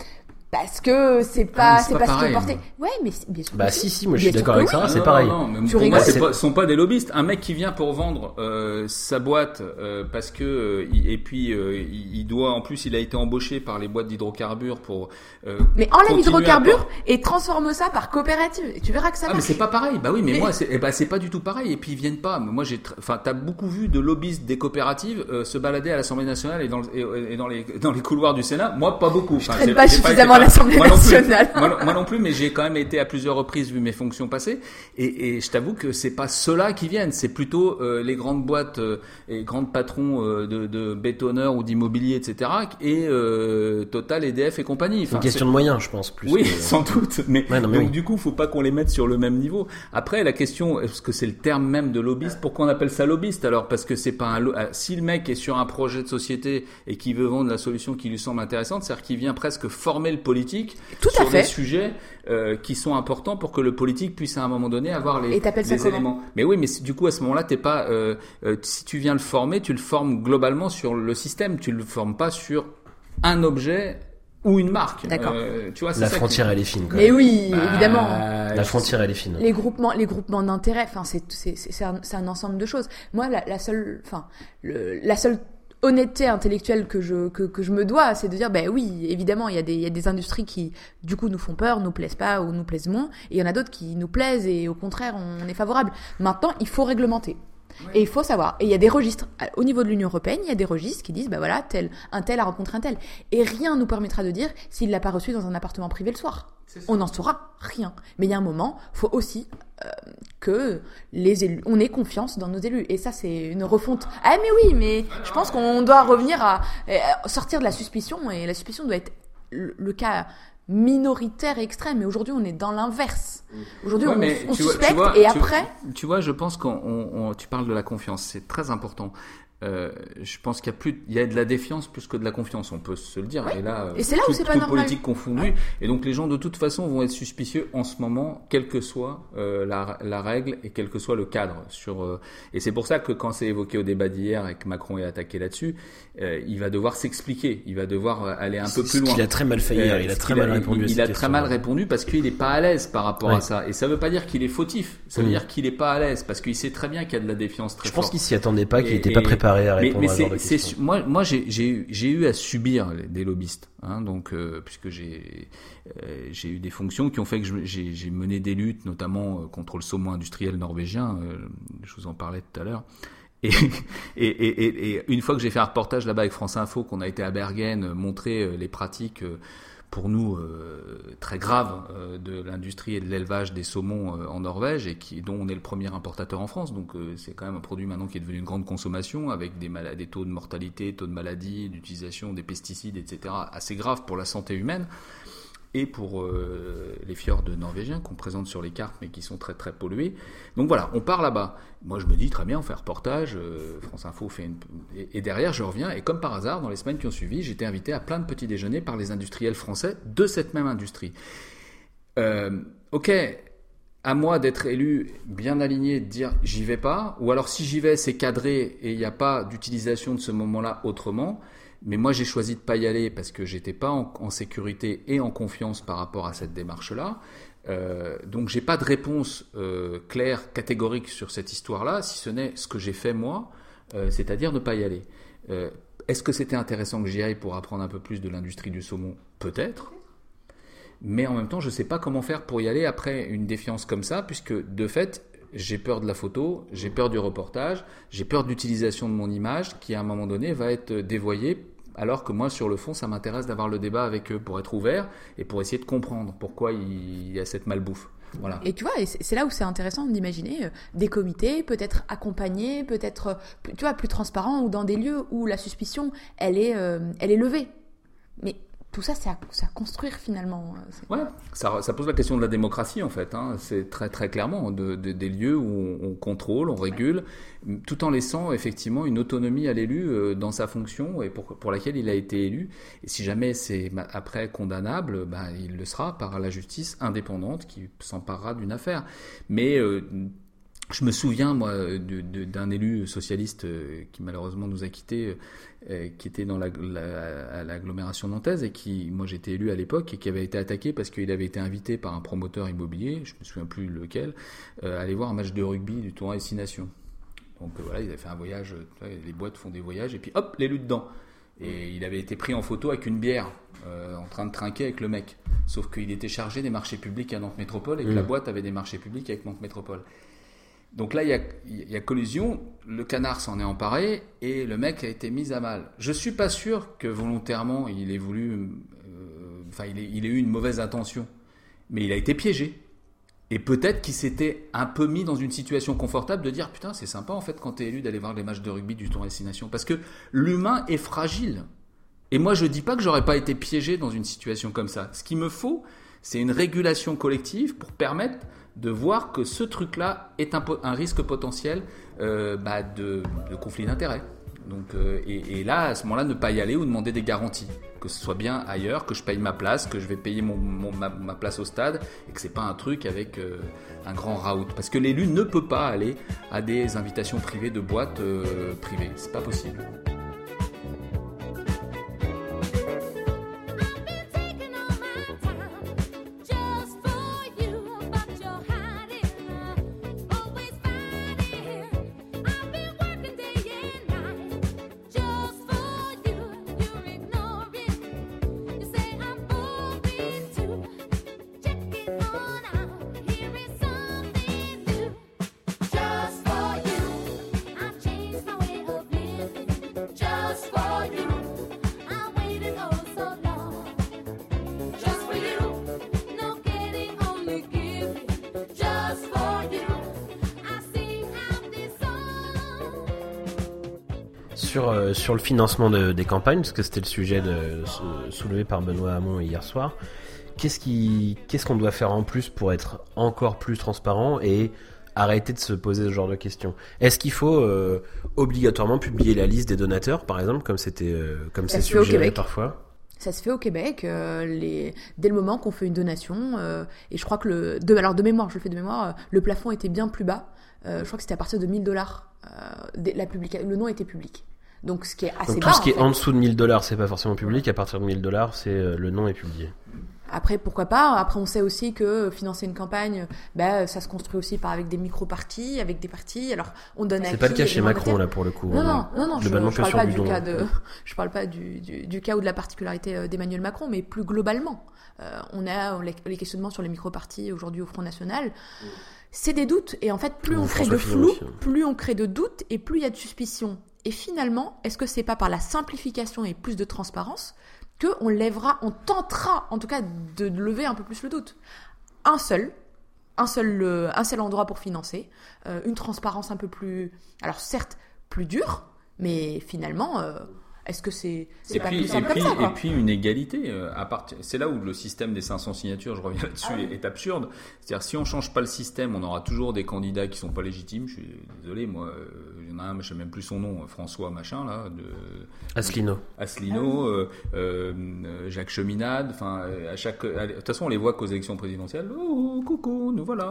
c'est pas ce qui est porté. Ouais, mais bien sûr. Bah si, moi je suis d'accord avec ça, c'est pareil. Non, mais pour moi, ce sont pas des lobbyistes. Un mec qui vient pour vendre sa boîte parce que il doit, en plus, il a été embauché par les boîtes d'hydrocarbures pour. Mais enlève l'hydrocarbure et transforme ça par coopérative. Et tu verras que ça marche. Mais c'est pas pareil. Bah oui, mais moi, c'est pas du tout pareil. Et puis ils viennent pas. Moi, t'as beaucoup vu de lobbyistes des coopératives se balader à l'Assemblée nationale et dans les couloirs du Sénat. Moi, pas beaucoup. Je traîne pas suffisamment à l'Assemblée nationale. Moi non plus, mais j'ai quand même été à plusieurs reprises vu mes fonctions passées. Et je t'avoue que c'est pas ceux-là qui viennent. C'est plutôt les grandes boîtes et grands patrons de bétonneurs ou d'immobilier, etc. Et Total, EDF et compagnie. Enfin, une question de moyens, je pense. Plus oui, sans doute. Mais donc oui. Du coup, faut pas qu'on les mette sur le même niveau. Après, la question, parce que c'est le terme même de lobbyiste, pourquoi on appelle ça lobbyiste alors? Parce que c'est pas si le mec est sur un projet de société et qui veut vendre la solution qui lui semble intéressante, c'est-à-dire qu'il vient presque former le politique sur des sujets qui sont importants pour que le politique puisse à un moment donné avoir les éléments. Mais oui, mais du coup à ce moment-là, t'es pas si tu viens le former, tu le formes globalement sur le système, tu le formes pas sur un objet ou une marque. D'accord. Tu vois, c'est la ça frontière elle est fine. Mais oui, évidemment. La frontière elle est fine. Les groupements d'intérêt, enfin c'est un ensemble de choses. Moi la seule honnêteté intellectuelle que je me dois, c'est de dire oui, évidemment il y a des industries qui du coup nous font peur, nous plaisent pas ou nous plaisent moins, et il y en a d'autres qui nous plaisent et au contraire on est favorable. Maintenant il faut réglementer. Ouais. Et il faut savoir, et il y a des registres au niveau de l'Union européenne, il y a des registres qui disent voilà, un tel a rencontré un tel, et rien nous permettra de dire s'il l'a pas reçu dans un appartement privé le soir. On n'en saura rien. Mais il y a un moment, faut aussi que les élus, on ait confiance dans nos élus, et ça c'est une refonte. Ah mais oui, mais je pense qu'on doit revenir à sortir de la suspicion, et la suspicion doit être le cas minoritaire et extrême, mais aujourd'hui on est dans l'inverse. Aujourd'hui on suspecte et après... Tu vois, je pense tu parles de la confiance, c'est très important. Je pense qu'il y a de la défiance plus que de la confiance, on peut se le dire. Oui. Et là, et c'est là où c'est pas normal. Politique confondue. Ouais. Et donc les gens de toute façon vont être suspicieux en ce moment, quelle que soit la règle et quel que soit le cadre. Et c'est pour ça que quand c'est évoqué au débat d'hier et que Macron est attaqué là-dessus, il va devoir s'expliquer, il va devoir aller un peu plus loin. Il a très mal fait hier, il a très mal répondu. Il a très mal répondu parce qu'il n'est pas à l'aise par rapport à ça. Et ça veut pas dire qu'il est fautif, ça veut dire qu'il est pas à l'aise parce qu'il sait très bien qu'il y a de la défiance très forte. Je pense qu'il s'y attendait pas, qu'il était pas préparé. Moi, j'ai eu à subir des lobbyistes, donc puisque j'ai eu des fonctions qui ont fait que j'ai mené des luttes, notamment contre le saumon industriel norvégien. Je vous en parlais tout à l'heure. Et une fois que j'ai fait un reportage là-bas avec France Info, qu'on a été à Bergen montrer les pratiques pour nous très grave de l'industrie et de l'élevage des saumons en Norvège et dont on est le premier importateur en France. Donc c'est quand même un produit maintenant qui est devenu une grande consommation avec des taux de mortalité, taux de maladie, d'utilisation des pesticides, etc. assez graves pour la santé humaine. et pour les fjords norvégiens qu'on présente sur les cartes mais qui sont très très pollués. Donc voilà, on part là-bas. Moi je me dis très bien, on fait un reportage, France Info fait et derrière je reviens et comme par hasard dans les semaines qui ont suivi, j'étais invité à plein de petits déjeuners par les industriels français de cette même industrie. Ok, à moi d'être élu bien aligné, de dire j'y vais pas, ou alors si j'y vais c'est cadré et il n'y a pas d'utilisation de ce moment-là autrement. Mais moi, j'ai choisi de pas y aller parce que j'étais pas en sécurité et en confiance par rapport à cette démarche-là. Donc, j'ai pas de réponse claire, catégorique sur cette histoire-là, si ce n'est ce que j'ai fait moi, c'est-à-dire ne pas y aller. Est-ce que c'était intéressant que j'y aille pour apprendre un peu plus de l'industrie du saumon ? Peut-être. Mais en même temps, je sais pas comment faire pour y aller après une défiance comme ça, puisque de fait, j'ai peur de la photo, j'ai peur du reportage, j'ai peur de l'utilisation de mon image qui à un moment donné va être dévoyée alors que moi sur le fond ça m'intéresse d'avoir le débat avec eux pour être ouvert et pour essayer de comprendre pourquoi il y a cette malbouffe. Voilà. Et tu vois, c'est là où c'est intéressant d'imaginer des comités, peut-être accompagnés, peut-être tu vois, plus transparents ou dans des lieux où la suspicion elle est levée. Mais tout ça, c'est à construire finalement. Ouais, ça pose la question de la démocratie en fait. Hein. C'est très très clairement des lieux où on contrôle, on régule, tout en laissant effectivement une autonomie à l'élu dans sa fonction et pour laquelle il a été élu. Et si jamais c'est après condamnable, il le sera par la justice indépendante qui s'emparera d'une affaire. Mais je me souviens, moi, d'un élu socialiste qui malheureusement nous a quittés, qui était dans à l'agglomération nantaise et qui, moi j'étais élu à l'époque, et qui avait été attaqué parce qu'il avait été invité par un promoteur immobilier, je me souviens plus lequel, à aller voir un match de rugby du tournoi des 6 Nations. Donc voilà, ils avaient fait un voyage, les boîtes font des voyages, et puis hop, l'élu dedans. Et il avait été pris en photo avec une bière, en train de trinquer avec le mec. Sauf qu'il était chargé des marchés publics à Nantes Métropole et que la boîte avait des marchés publics avec Nantes Métropole. Donc là, il y a collision, le canard s'en est emparé et le mec a été mis à mal. Je suis pas sûr que volontairement il ait voulu, il ait eu une mauvaise intention, mais il a été piégé. Et peut-être qu'il s'était un peu mis dans une situation confortable de dire putain, c'est sympa en fait quand t'es élu d'aller voir les matchs de rugby du tournoi des Nations, parce que l'humain est fragile. Et moi, je dis pas que j'aurais pas été piégé dans une situation comme ça. Ce qu'il me faut, c'est une régulation collective pour permettre de voir que ce truc-là est un risque potentiel de conflit d'intérêts. Donc, et là, à ce moment-là, ne pas y aller ou demander des garanties. Que ce soit bien ailleurs, que je paye ma place, que je vais payer ma place au stade, et que c'est pas un truc avec un grand raout. Parce que l'élu ne peut pas aller à des invitations privées de boîtes privées. C'est pas possible. Sur le financement des campagnes, parce que c'était le sujet soulevé par Benoît Hamon hier soir, qu'est-ce qu'on doit faire en plus pour être encore plus transparent et arrêter de se poser ce genre de questions ? Est-ce qu'il faut obligatoirement publier la liste des donateurs, par exemple, comme c'est suggéré parfois ? Ça se fait au Québec, dès le moment qu'on fait une donation, et je crois que de mémoire, je le fais de mémoire, le plafond était bien plus bas. Je crois que c'était à partir de $1,000. Le nom était public. Donc ce qui est assez bas. Tout ce qui est en dessous de $1,000, c'est pas forcément public. À partir de $1,000, c'est le nom est publié. Après, pourquoi pas. Après, on sait aussi que financer une campagne, ça se construit aussi avec des micro-partis, avec des partis. Alors, on donne à qui ? C'est pas le cas chez Macron, là, pour le coup. Non, je parle pas du cas ou de la particularité d'Emmanuel Macron, mais plus globalement. On a les questionnements sur les micro-partis aujourd'hui au Front National. C'est des doutes. Et en fait, plus on crée de flou, plus on crée de doutes et plus il y a de suspicions. Et finalement, est-ce que c'est pas par la simplification et plus de transparence on tentera en tout cas de lever un peu plus le doute. Un seul endroit pour financer, une transparence un peu plus, alors certes plus dure, mais finalement est-ce que c'est et pas puis, plus simple comme ça, et quoi. puis une égalité. C'est là où le système des 500 signatures, je reviens là-dessus, est absurde. C'est-à-dire si on change pas le système, on aura toujours des candidats qui sont pas légitimes. Je suis désolé, moi, il y en a un, je sais même plus son nom, François machin là, Asselineau, Jacques Cheminade. Enfin, de toute façon, on les voit qu'aux élections présidentielles. Oh, coucou, nous voilà.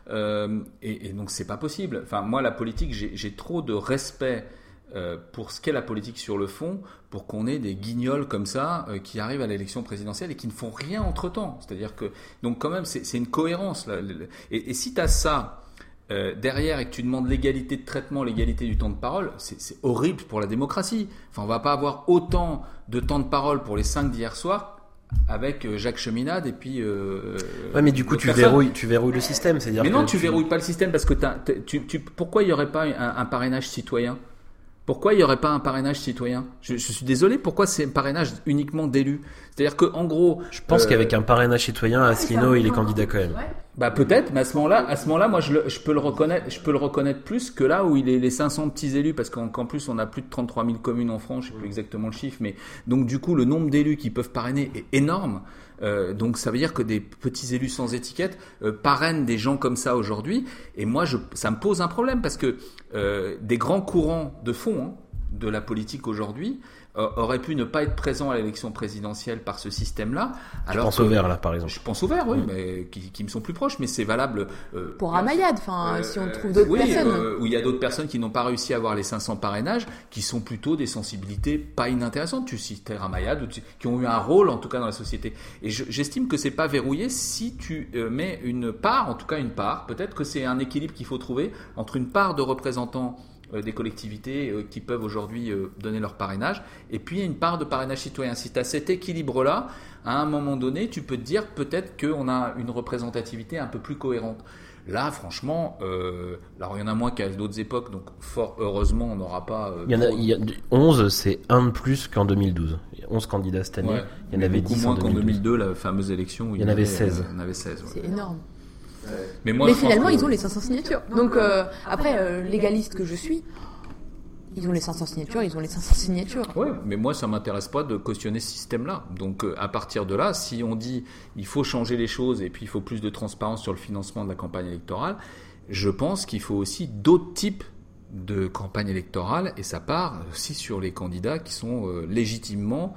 Et donc c'est pas possible. Enfin, moi, la politique, j'ai trop de respect pour ce qu'est la politique sur le fond, pour qu'on ait des guignols comme ça qui arrivent à l'élection présidentielle et qui ne font rien entre-temps. C'est-à-dire que, donc quand même, c'est une cohérence. Là. Et si tu as ça derrière et que tu demandes l'égalité de traitement, l'égalité du temps de parole, c'est horrible pour la démocratie. Enfin, on va pas avoir autant de temps de parole pour les 5 d'hier soir avec Jacques Cheminade et puis ouais, mais du coup tu verrouilles le système, c'est-à-dire mais non, tu verrouilles pas le système parce que pourquoi il y aurait pas un parrainage citoyen? Pourquoi il n'y aurait pas un parrainage citoyen? Je suis désolé, pourquoi c'est un parrainage uniquement d'élus? C'est-à-dire qu'en gros... Je pense qu'avec un parrainage citoyen, Asselineau, il est candidat quand même. Ouais. Bah peut-être, mais à ce moment-là, moi je peux le reconnaître plus que là où il est les 500 petits élus, parce qu'en plus on a plus de 33 000 communes en France, je sais plus exactement le chiffre, mais donc du coup le nombre d'élus qui peuvent parrainer est énorme. Donc ça veut dire que des petits élus sans étiquette parrainent des gens comme ça aujourd'hui, et moi ça me pose un problème parce que des grands courants de fond de la politique aujourd'hui auraient pu ne pas être présents à l'élection présidentielle par ce système-là. Je pense aux Verts là par exemple. Je pense aux Verts, oui, mais qui me sont plus proches, mais c'est valable pour Ramayad, si on trouve d'autres personnes. Où il y a d'autres personnes qui n'ont pas réussi à avoir les 500 parrainages, qui sont plutôt des sensibilités pas inintéressantes. Tu citais Ramayad, qui ont eu un rôle en tout cas dans la société. Et j'estime que c'est pas verrouillé si tu mets une part, en tout cas une part. Peut-être que c'est un équilibre qu'il faut trouver entre une part de représentants des collectivités qui peuvent aujourd'hui donner leur parrainage, et puis une part de parrainage citoyen. Si tu as cet équilibre-là, à un moment donné, tu peux te dire peut-être qu'on a une représentativité un peu plus cohérente. Là, franchement, alors il y en a moins qu'à d'autres époques, donc fort heureusement, on n'aura pas... il y a 11, c'est un de plus qu'en 2012. Il y a 11 candidats cette année, il y en avait 10 moins en 2012. qu'en 2002, la fameuse élection où il y en avait 16. Il y en avait 16, ouais. C'est énorme. Mais finalement, ils ont les 500 signatures. Donc après, légaliste que je suis, ils ont les 500 signatures, ils ont les 500 signatures. Oui, mais moi, ça m'intéresse pas de cautionner ce système-là. Donc à partir de là, si on dit il faut changer les choses et puis il faut plus de transparence sur le financement de la campagne électorale, je pense qu'il faut aussi d'autres types de campagne électorale, et ça part aussi sur les candidats qui sont légitimement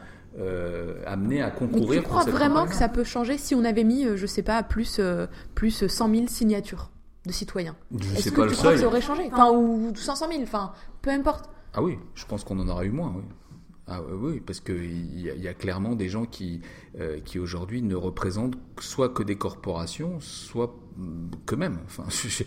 amenés à concourir. Mais tu crois vraiment que ça peut changer si on avait mis, je sais pas, plus 100 000 signatures de citoyens? Est-ce que tu crois que ça aurait changé? Enfin, ou 500 000, enfin, peu importe. Ah oui, je pense qu'on en aura eu moins, oui. Ah oui, parce qu'il y a clairement des gens qui aujourd'hui ne représentent soit que des corporations, soit qu'eux-mêmes. Enfin,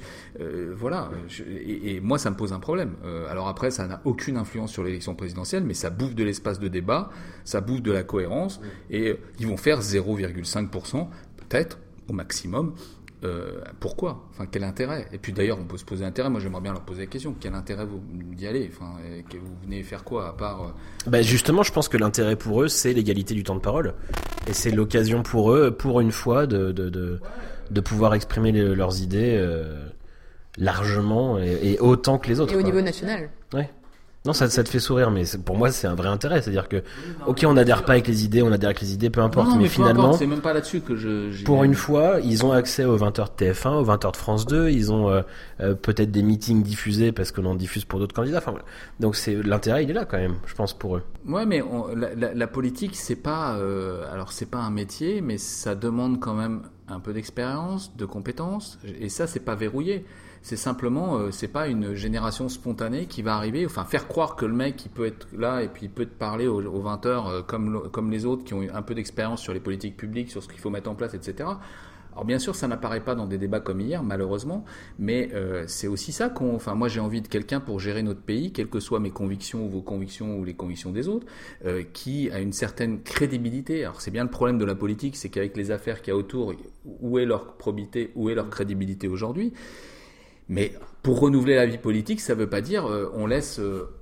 voilà. Et moi, ça me pose un problème. Alors après, ça n'a aucune influence sur l'élection présidentielle, mais ça bouffe de l'espace de débat, ça bouffe de la cohérence, et ils vont faire 0,5%, peut-être, au maximum. Pourquoi? Enfin, quel intérêt? Et puis d'ailleurs, on peut se poser l'intérêt. Moi, j'aimerais bien leur poser la question. Quel intérêt d'y aller? Enfin, vous venez faire quoi à part justement, je pense que l'intérêt pour eux, c'est l'égalité du temps de parole, et c'est l'occasion pour eux, pour une fois, de pouvoir exprimer leurs idées largement et autant que les autres. Et au niveau national. Ouais. Non, ça te fait sourire, mais pour moi, c'est un vrai intérêt. C'est-à-dire que, ok, on n'adhère pas avec les idées, peu importe, non, mais finalement, importe, c'est même pas là-dessus que pour une fois, ils ont accès aux 20h de TF1, aux 20h de France 2, ils ont peut-être des meetings diffusés parce qu'on en diffuse pour d'autres candidats. Enfin, voilà. Donc l'intérêt, il est là quand même, je pense, pour eux. Ouais, mais la politique, c'est pas, alors c'est pas un métier, mais ça demande quand même un peu d'expérience, de compétences, et ça, c'est pas verrouillé. C'est simplement, c'est pas une génération spontanée qui va arriver, enfin faire croire que le mec il peut être là et puis il peut te parler aux 20h comme les autres qui ont eu un peu d'expérience sur les politiques publiques, sur ce qu'il faut mettre en place, etc. Alors bien sûr, ça n'apparaît pas dans des débats comme hier, malheureusement, mais c'est aussi ça enfin moi j'ai envie de quelqu'un pour gérer notre pays, quelles que soient mes convictions ou vos convictions ou les convictions des autres, qui a une certaine crédibilité. Alors c'est bien le problème de la politique, c'est qu'avec les affaires qu'il y a autour, où est leur probité, où est leur crédibilité aujourd'hui? Mais pour renouveler la vie politique, ça ne veut pas dire on laisse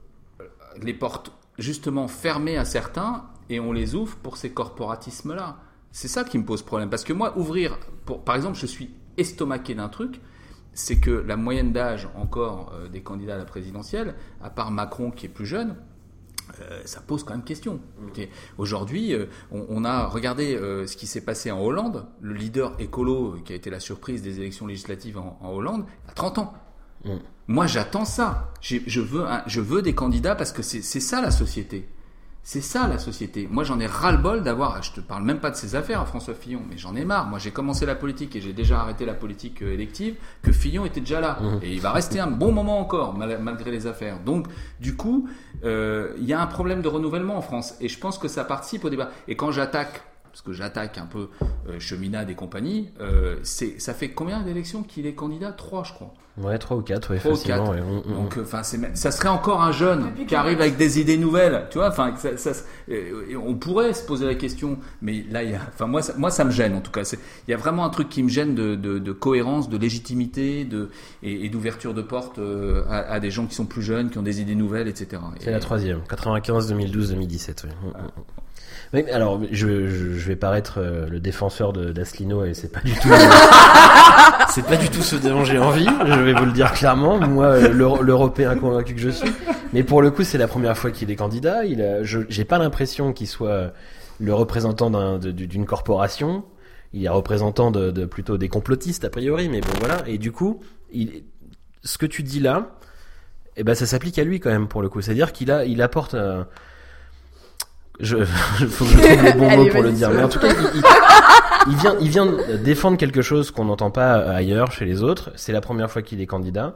les portes justement fermées à certains et on les ouvre pour ces corporatismes-là. C'est ça qui me pose problème. Parce que moi, par exemple, je suis estomaqué d'un truc, c'est que la moyenne d'âge encore des candidats à la présidentielle, à part Macron qui est plus jeune, ça pose quand même question. Aujourd'hui, on a regardé ce qui s'est passé en Hollande. Le leader écolo qui a été la surprise des élections législatives en Hollande a 30 ans. Moi, j'attends ça. Je veux des candidats parce que c'est ça la société. C'est ça la société. Moi, j'en ai ras-le-bol d'avoir. Je te parle même pas de ses affaires, François Fillon, mais j'en ai marre. Moi, j'ai commencé la politique et j'ai déjà arrêté la politique élective. Que Fillon était déjà là et il va rester un bon moment encore malgré les affaires. Donc, du coup, il y a un problème de renouvellement en France et je pense que ça participe au débat. Et quand j'attaque, parce que j'attaque un peu Cheminade et compagnie, ça fait combien d'élections qu'il est candidat ? 3, je crois. Ouais, 3 ou 4, ouais, 3 ou 4. facilement. Ouais. Donc, ça serait encore un jeune qui arrive avec des idées nouvelles, tu vois. Enfin, on pourrait se poser la question, mais là, moi, ça me gêne en tout cas. Il y a vraiment un truc qui me gêne de cohérence, de légitimité, et d'ouverture de porte à des gens qui sont plus jeunes, qui ont des idées nouvelles, etc. C'est la 3e, 95, 2012, 2017. Ouais. Oui, alors je vais paraître le défenseur d'Asselineau et c'est pas du tout c'est pas du tout ce dont j'ai envie, je vais vous le dire clairement, moi l'Européen convaincu que je suis, mais pour le coup c'est la première fois qu'il est candidat, j'ai pas l'impression qu'il soit le représentant d'une corporation, il est représentant de plutôt des complotistes a priori, mais bon voilà, et du coup ce que tu dis là, eh ben ça s'applique à lui quand même pour le coup, c'est-à-dire qu'il apporte faut que je trouve le bon mot pour le dire. Mais en tout cas, il vient défendre quelque chose qu'on n'entend pas ailleurs chez les autres. C'est la première fois qu'il est candidat.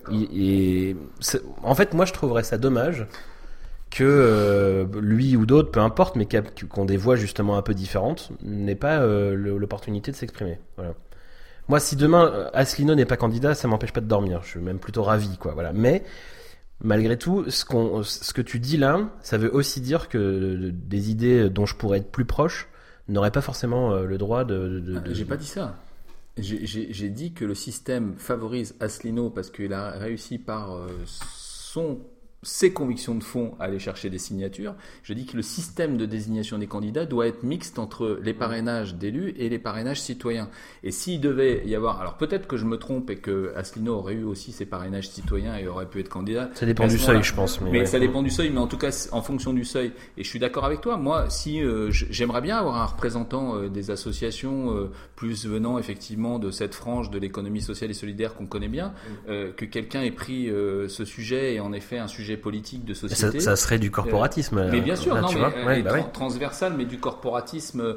En fait, moi, je trouverais ça dommage que lui ou d'autres, peu importe, mais qu'on des voix justement un peu différentes, n'aient pas l'opportunité de s'exprimer. Voilà. Moi, si demain Asselineau n'est pas candidat, ça m'empêche pas de dormir. Je suis même plutôt ravi, quoi. Voilà. Mais malgré tout, ce que tu dis là, ça veut aussi dire que des idées dont je pourrais être plus proche n'auraient pas forcément le droit J'ai pas dit ça. J'ai dit que le système favorise Asselineau parce qu'il a réussi par ses convictions de fond à aller chercher des signatures. Je dis que le système de désignation des candidats doit être mixte entre les parrainages d'élus et les parrainages citoyens. Et s'il devait y avoir... Alors peut-être que je me trompe et que Asselineau aurait eu aussi ses parrainages citoyens et aurait pu être candidat. Ça dépend du seuil, je pense. Mais ça dépend du seuil, mais en tout cas, en fonction du seuil. Et je suis d'accord avec toi. Moi, si j'aimerais bien avoir un représentant des associations plus venant effectivement de cette frange de l'économie sociale et solidaire qu'on connaît bien, que quelqu'un ait pris ce sujet et en effet un sujet politique de société. Ça serait du corporatisme. Mais bien sûr, là, transversal, mais du corporatisme.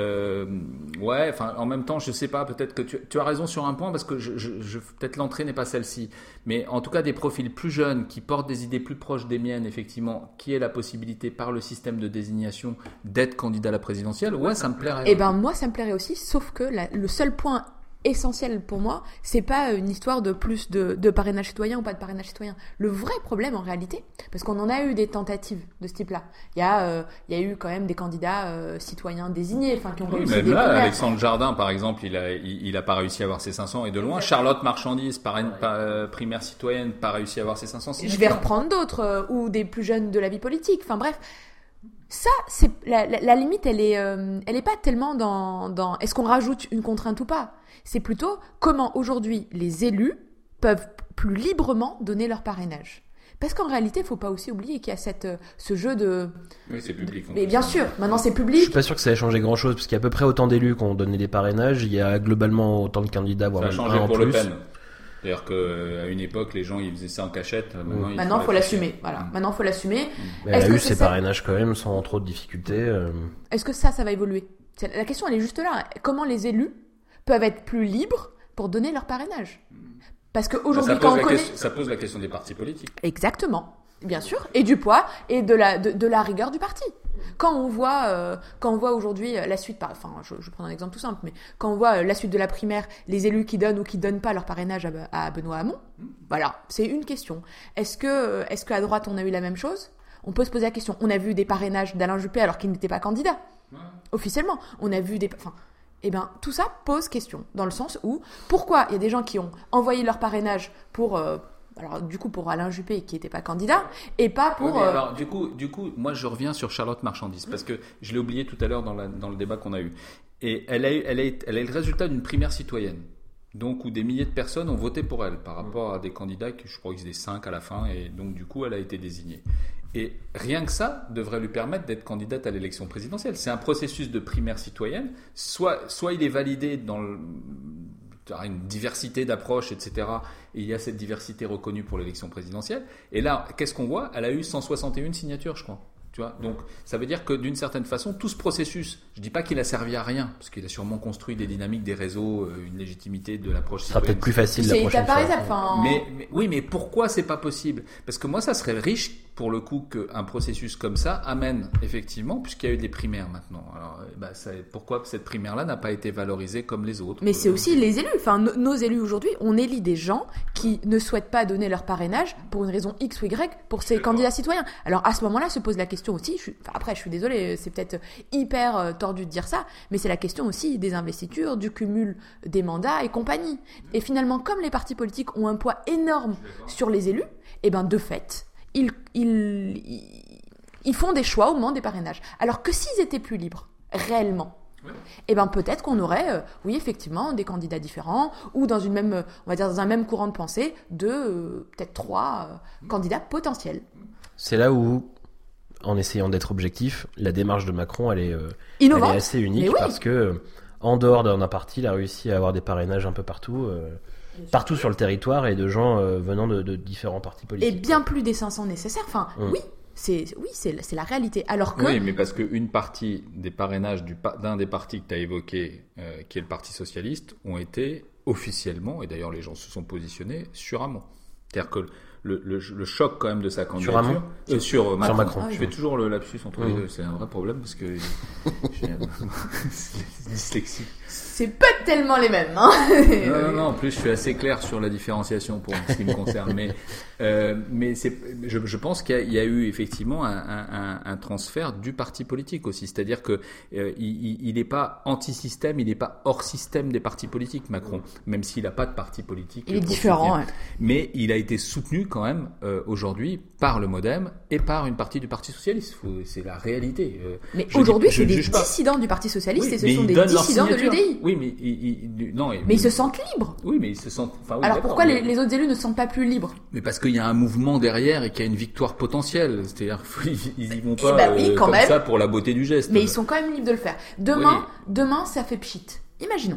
En même temps, je sais pas. Peut-être que tu as raison sur un point parce que peut-être l'entrée n'est pas celle-ci. Mais en tout cas, des profils plus jeunes qui portent des idées plus proches des miennes, effectivement, qui aient la possibilité par le système de désignation d'être candidat à la présidentielle. Ouais, ça me plairait. Eh ben moi, ça me plairait aussi, sauf que le seul point essentiel pour moi, c'est pas une histoire de plus de parrainage citoyen ou pas de parrainage citoyen. Le vrai problème en réalité, parce qu'on en a eu des tentatives de ce type-là. Il y a eu quand même des candidats citoyens désignés, qui ont réussi même des là, primaires. Alexandre Jardin, par exemple, il a pas réussi à avoir ses 500 et de loin. Charlotte Marchandise, primaire citoyenne, pas réussi à avoir ses 500. Je vais reprendre d'autres ou des plus jeunes de la vie politique. Enfin bref. Ça, c'est la limite, elle est pas tellement dans est-ce qu'on rajoute une contrainte ou pas. C'est plutôt comment aujourd'hui les élus peuvent plus librement donner leur parrainage. Parce qu'en réalité, il faut pas aussi oublier qu'il y a ce jeu de... Oui, c'est public. Mais bien sûr, maintenant c'est public. Je suis pas sûr que ça ait changé grand-chose, parce qu'il y a à peu près autant d'élus qui ont donné des parrainages, il y a globalement autant de candidats, voire même un en plus. Ça a changé pour Le Pen. C'est-à-dire qu'à une époque, les gens ils faisaient ça en cachette. Maintenant, il faut l'assumer. Voilà. Maintenant, il faut l'assumer. Mais elle a eu ses parrainages quand même sans trop de difficultés. Est-ce que ça va évoluer ? La question, elle est juste là. Comment les élus peuvent être plus libres pour donner leur parrainage ? Parce qu'aujourd'hui, ça pose la question des partis politiques. Exactement. Bien sûr, et du poids et de la rigueur du parti. Quand on voit aujourd'hui la suite, je prends un exemple tout simple, mais quand on voit la suite de la primaire, les élus qui donnent ou qui donnent pas leur parrainage à Benoît Hamon, voilà, c'est une question. Est-ce qu'à droite on a eu la même chose ? On peut se poser la question. On a vu des parrainages d'Alain Juppé alors qu'il n'était pas candidat officiellement. On a vu tout ça pose question dans le sens où pourquoi il y a des gens qui ont envoyé leur parrainage pour pour Alain Juppé qui n'était pas candidat et pas pour... Oui, alors du coup, moi je reviens sur Charlotte Marchandise parce que je l'ai oublié tout à l'heure dans le débat qu'on a eu. Et elle est le résultat d'une primaire citoyenne. Donc, où des milliers de personnes ont voté pour elle par rapport à des candidats, je crois qu'ils étaient 5 à la fin, et donc du coup, elle a été désignée. Et rien que ça devrait lui permettre d'être candidate à l'élection présidentielle. C'est un processus de primaire citoyenne. Soit il est validé dans une diversité d'approches, etc. Et il y a cette diversité reconnue pour l'élection présidentielle. Et là, qu'est-ce qu'on voit ? Elle a eu 161 signatures, je crois. Tu vois, donc ça veut dire que d'une certaine façon, tout ce processus, je dis pas qu'il a servi à rien, parce qu'il a sûrement construit des dynamiques, des réseaux, une légitimité de l'approche citoyenne. Ça sera peut-être plus facile la prochaine fois. Mais pourquoi c'est pas possible ? Parce que moi, ça serait riche pour le coup qu'un processus comme ça amène effectivement, puisqu'il y a eu des primaires maintenant. Alors, pourquoi cette primaire-là n'a pas été valorisée comme les autres ? Mais c'est aussi les élus. Enfin, nos élus aujourd'hui, on élit des gens qui ne souhaitent pas donner leur parrainage pour une raison X ou Y pour ces candidats citoyens. Alors à ce moment-là, se pose la question aussi, je suis désolée, c'est peut-être hyper tordu de dire ça, mais c'est la question aussi des investitures, du cumul des mandats et compagnie. Et finalement, comme les partis politiques ont un poids énorme sur les élus, et ben de fait, ils font des choix au moment des parrainages. Alors que s'ils étaient plus libres, réellement, et ben peut-être qu'on aurait, oui effectivement, des candidats différents ou dans une même, on va dire dans un même courant de pensée de peut-être 3 candidats potentiels. C'est là où, en essayant d'être objectif, la démarche de Macron, elle est assez unique parce que en dehors d'un parti, il a réussi à avoir des parrainages un peu partout sur le territoire et de gens venant de différents partis politiques. Et bien plus des 500 nécessaires. Enfin, c'est la réalité. Alors que... Oui, mais parce qu'une partie des parrainages d'un des partis que tu as évoqué, qui est le Parti Socialiste, ont été officiellement, et d'ailleurs les gens se sont positionnés, sur Hamon. C'est-à-dire que le choc quand même de sa candidature sur Macron. Je fais toujours le lapsus entre les deux, c'est un vrai problème parce que j'ai dyslexie. C'est pas tellement les mêmes, hein. Non, en plus je suis assez clair sur la différenciation pour ce qui me concerne, mais je pense qu'il y a eu effectivement un transfert du parti politique aussi, c'est-à-dire que il n'est pas anti-système, il n'est pas hors système des partis politiques, Macron, même s'il n'a pas de parti politique. Il est différent, mais il a été soutenu quand même aujourd'hui par le MoDem et par une partie du Parti Socialiste. C'est la réalité. Mais aujourd'hui, c'est des dissidents du Parti Socialiste et ce sont des dissidents de l'UDI. Oui, mais ils se sentent libres. Oui, mais ils se sentent. Alors pourquoi les autres élus ne se sentent pas plus libres ? Mais parce qu'il y a un mouvement derrière et qu'il y a une victoire potentielle. C'est-à-dire qu'ils y vont pas comme ça pour la beauté du geste. Mais ils sont quand même libres de le faire. Demain, ça fait pchit. Imaginons.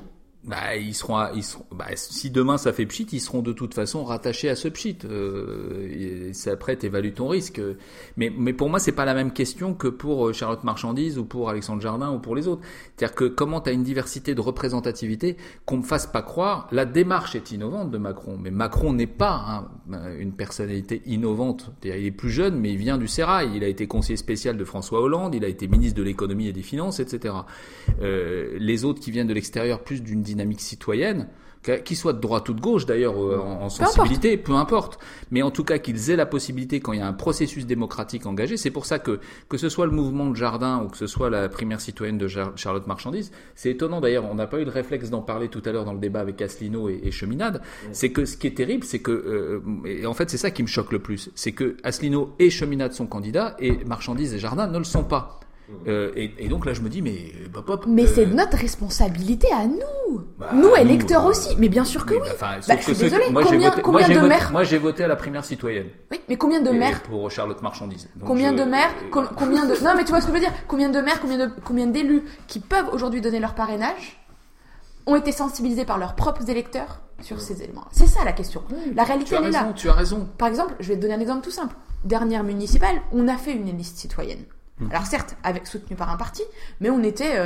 Si demain ça fait pchit, ils seront de toute façon rattachés à ce pchit. Après, t'évalues ton risque. Mais pour moi, c'est pas la même question que pour Charlotte Marchandise ou pour Alexandre Jardin ou pour les autres. C'est-à-dire que comment t'as une diversité de représentativité, qu'on me fasse pas croire, la démarche est innovante de Macron. Mais Macron n'est pas une personnalité innovante. C'est-à-dire, il est plus jeune, mais il vient du sérail. Il a été conseiller spécial de François Hollande, il a été ministre de l'économie et des finances, etc. Les autres qui viennent de l'extérieur, plus d'une dynamique citoyenne, qu'ils soient de droite ou de gauche d'ailleurs en sensibilité, peu importe, mais en tout cas qu'ils aient la possibilité quand il y a un processus démocratique engagé. C'est pour ça que ce soit le mouvement de Jardin ou que ce soit la primaire citoyenne de Charlotte Marchandise, c'est étonnant d'ailleurs, on n'a pas eu le réflexe d'en parler tout à l'heure dans le débat avec Asselineau et Cheminade, c'est que ce qui est terrible, c'est que et en fait c'est ça qui me choque le plus, c'est que Asselineau et Cheminade sont candidats et Marchandise et Jardin ne le sont pas. Et donc là je me dis mais c'est notre responsabilité à nous, nous électeurs aussi, mais bien sûr que oui. Je suis désolée, combien de maires... Moi j'ai voté à la primaire citoyenne. Oui, mais combien de maires pour Charlotte Marchandise. Donc combien de maires, combien de... Non mais tu vois ce que je veux dire, combien de maires, combien d'élus qui peuvent aujourd'hui donner leur parrainage ont été sensibilisés par leurs propres électeurs sur ces éléments. C'est ça la question. La réalité elle est là. Tu as raison. Par exemple, je vais te donner un exemple tout simple. Dernière municipale, on a fait une liste citoyenne. Alors certes, soutenu par un parti, mais on était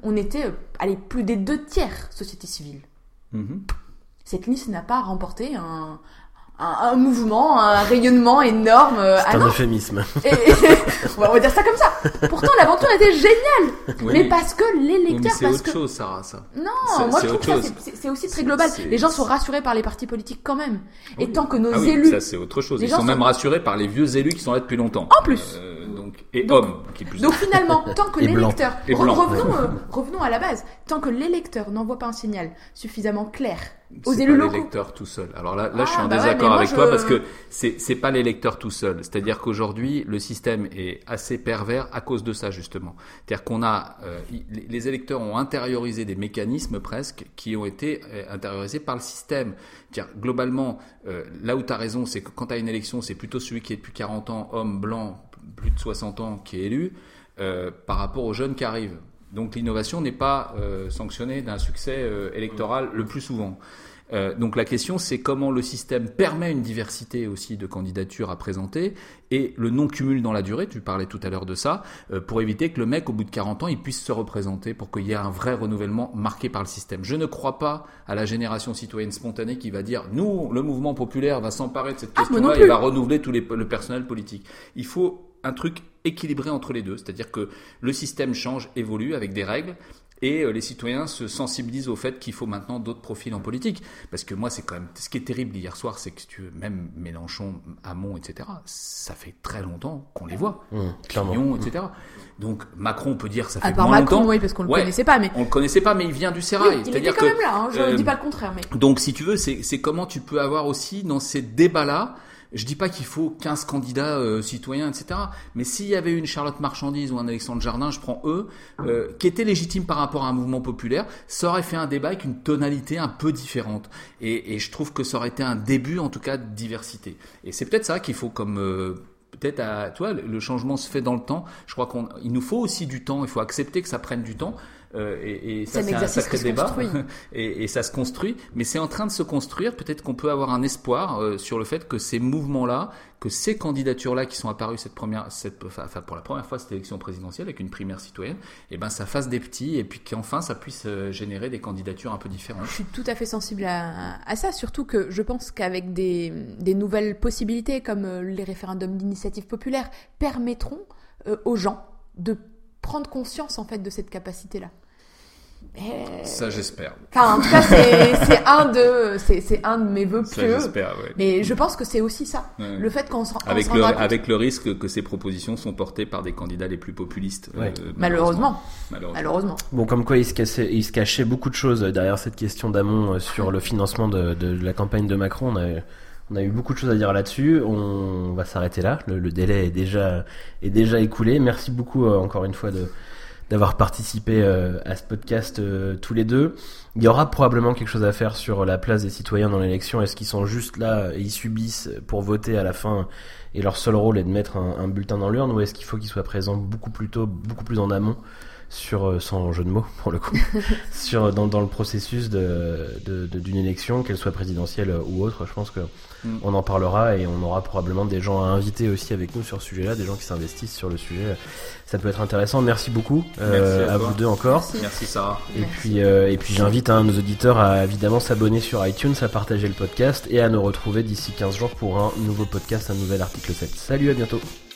plus des 2/3 société civile. Cette liste n'a pas remporté un mouvement, un rayonnement énorme. C'est un euphémisme. On va dire ça comme ça. Pourtant, l'aventure était géniale. Mais parce que l'électeur... c'est autre chose, Sarah, ça. Non, moi je trouve que c'est aussi très global. Les gens sont rassurés par les partis politiques quand même. Et tant que nos élus... ça c'est autre chose. Ils sont même rassurés par les vieux élus qui sont là depuis longtemps. En plus. Hommes qui plus. Donc finalement, tant que l'électeur... Revenons à la base. Tant que l'électeur n'envoie pas un signal suffisamment clair aux élus locaux. C'est pas l'électeur tout seul. Alors là, je suis en désaccord avec toi parce que c'est pas l'électeur tout seul. C'est-à-dire qu'aujourd'hui, le système est assez pervers à cause de ça justement. C'est-à-dire qu'on a les électeurs ont intériorisé des mécanismes presque qui ont été intériorisés par le système. C'est-à-dire globalement, là où tu as raison, c'est que quand tu as une élection, c'est plutôt celui qui est depuis 40 ans, homme blanc, plus de 60 ans, qui est élu, par rapport aux jeunes qui arrivent. Donc l'innovation n'est pas sanctionnée d'un succès électoral le plus souvent. Donc la question, c'est comment le système permet une diversité aussi de candidatures à présenter et le non-cumul dans la durée, tu parlais tout à l'heure de ça, pour éviter que le mec, au bout de 40 ans, il puisse se représenter pour qu'il y ait un vrai renouvellement marqué par le système. Je ne crois pas à la génération citoyenne spontanée qui va dire « Nous, le mouvement populaire va s'emparer de cette question-là et va renouveler tout le personnel politique. » Il faut un truc équilibré entre les deux, c'est-à-dire que le système change, évolue avec des règles, et les citoyens se sensibilisent au fait qu'il faut maintenant d'autres profils en politique. Parce que moi, c'est quand même... Ce qui est terrible hier soir, c'est que si tu veux, même Mélenchon, Hamon, etc., ça fait très longtemps qu'on les voit. Fillon, etc. Donc Macron, on peut dire ça fait moins Macron, longtemps. Oui, parce qu'on le connaissait pas. Mais... On le connaissait pas, mais il vient du sérail. Oui, il était quand même là, hein, je ne dis pas le contraire. Mais... Donc si tu veux, c'est comment tu peux avoir aussi dans ces débats-là. Je dis pas qu'il faut 15 candidats citoyens, etc. Mais s'il y avait une Charlotte Marchandise ou un Alexandre Jardin, je prends eux, qui étaient légitimes par rapport à un mouvement populaire, ça aurait fait un débat avec une tonalité un peu différente. Et je trouve que ça aurait été un début, en tout cas, de diversité. Et c'est peut-être ça qu'il faut comme... peut-être, tu vois, le changement se fait dans le temps. Je crois qu'il nous faut aussi du temps. Il faut accepter que ça prenne du temps. Et ça, c'est un sacré débat. Et ça se construit. Mais c'est en train de se construire. Peut-être qu'on peut avoir un espoir sur le fait que ces mouvements-là, que ces candidatures-là qui sont apparues pour la première fois cette élection présidentielle avec une primaire citoyenne, et ben ça fasse des petits et puis qu'enfin ça puisse générer des candidatures un peu différentes. Je suis tout à fait sensible à ça, surtout que je pense qu'avec des nouvelles possibilités comme les référendums d'initiative populaire permettront aux gens de prendre conscience en fait de cette capacité-là. Ça j'espère. Enfin, en tout cas, c'est un de mes vœux pieux. J'espère, ouais. Mais je pense que c'est aussi ça. Ouais. Le fait qu'on se avec le risque que ces propositions sont portées par des candidats les plus populistes. Ouais. Malheureusement. Bon, comme quoi il se cachait beaucoup de choses derrière cette question d'Hamon sur le financement de la campagne de Macron. On a eu beaucoup de choses à dire là-dessus. On va s'arrêter là. Le délai est déjà écoulé. Merci beaucoup encore une fois d'avoir participé à ce podcast tous les deux. Il y aura probablement quelque chose à faire sur la place des citoyens dans l'élection. Est-ce qu'ils sont juste là et ils subissent pour voter à la fin et leur seul rôle est de mettre un bulletin dans l'urne, ou est-ce qu'il faut qu'ils soient présents beaucoup plus tôt, beaucoup plus en amont, sans jeu de mots pour le coup, dans le processus d'une élection, qu'elle soit présidentielle ou autre. Je pense que on en parlera et on aura probablement des gens à inviter aussi avec nous sur ce sujet-là, des gens qui s'investissent sur le sujet. Ça peut être intéressant. Merci beaucoup à vous deux encore. Merci Sarah. Et puis j'invite nos auditeurs à évidemment s'abonner sur iTunes, à partager le podcast et à nous retrouver d'ici 15 jours pour un nouveau podcast, un nouvel article 7. Salut, à bientôt.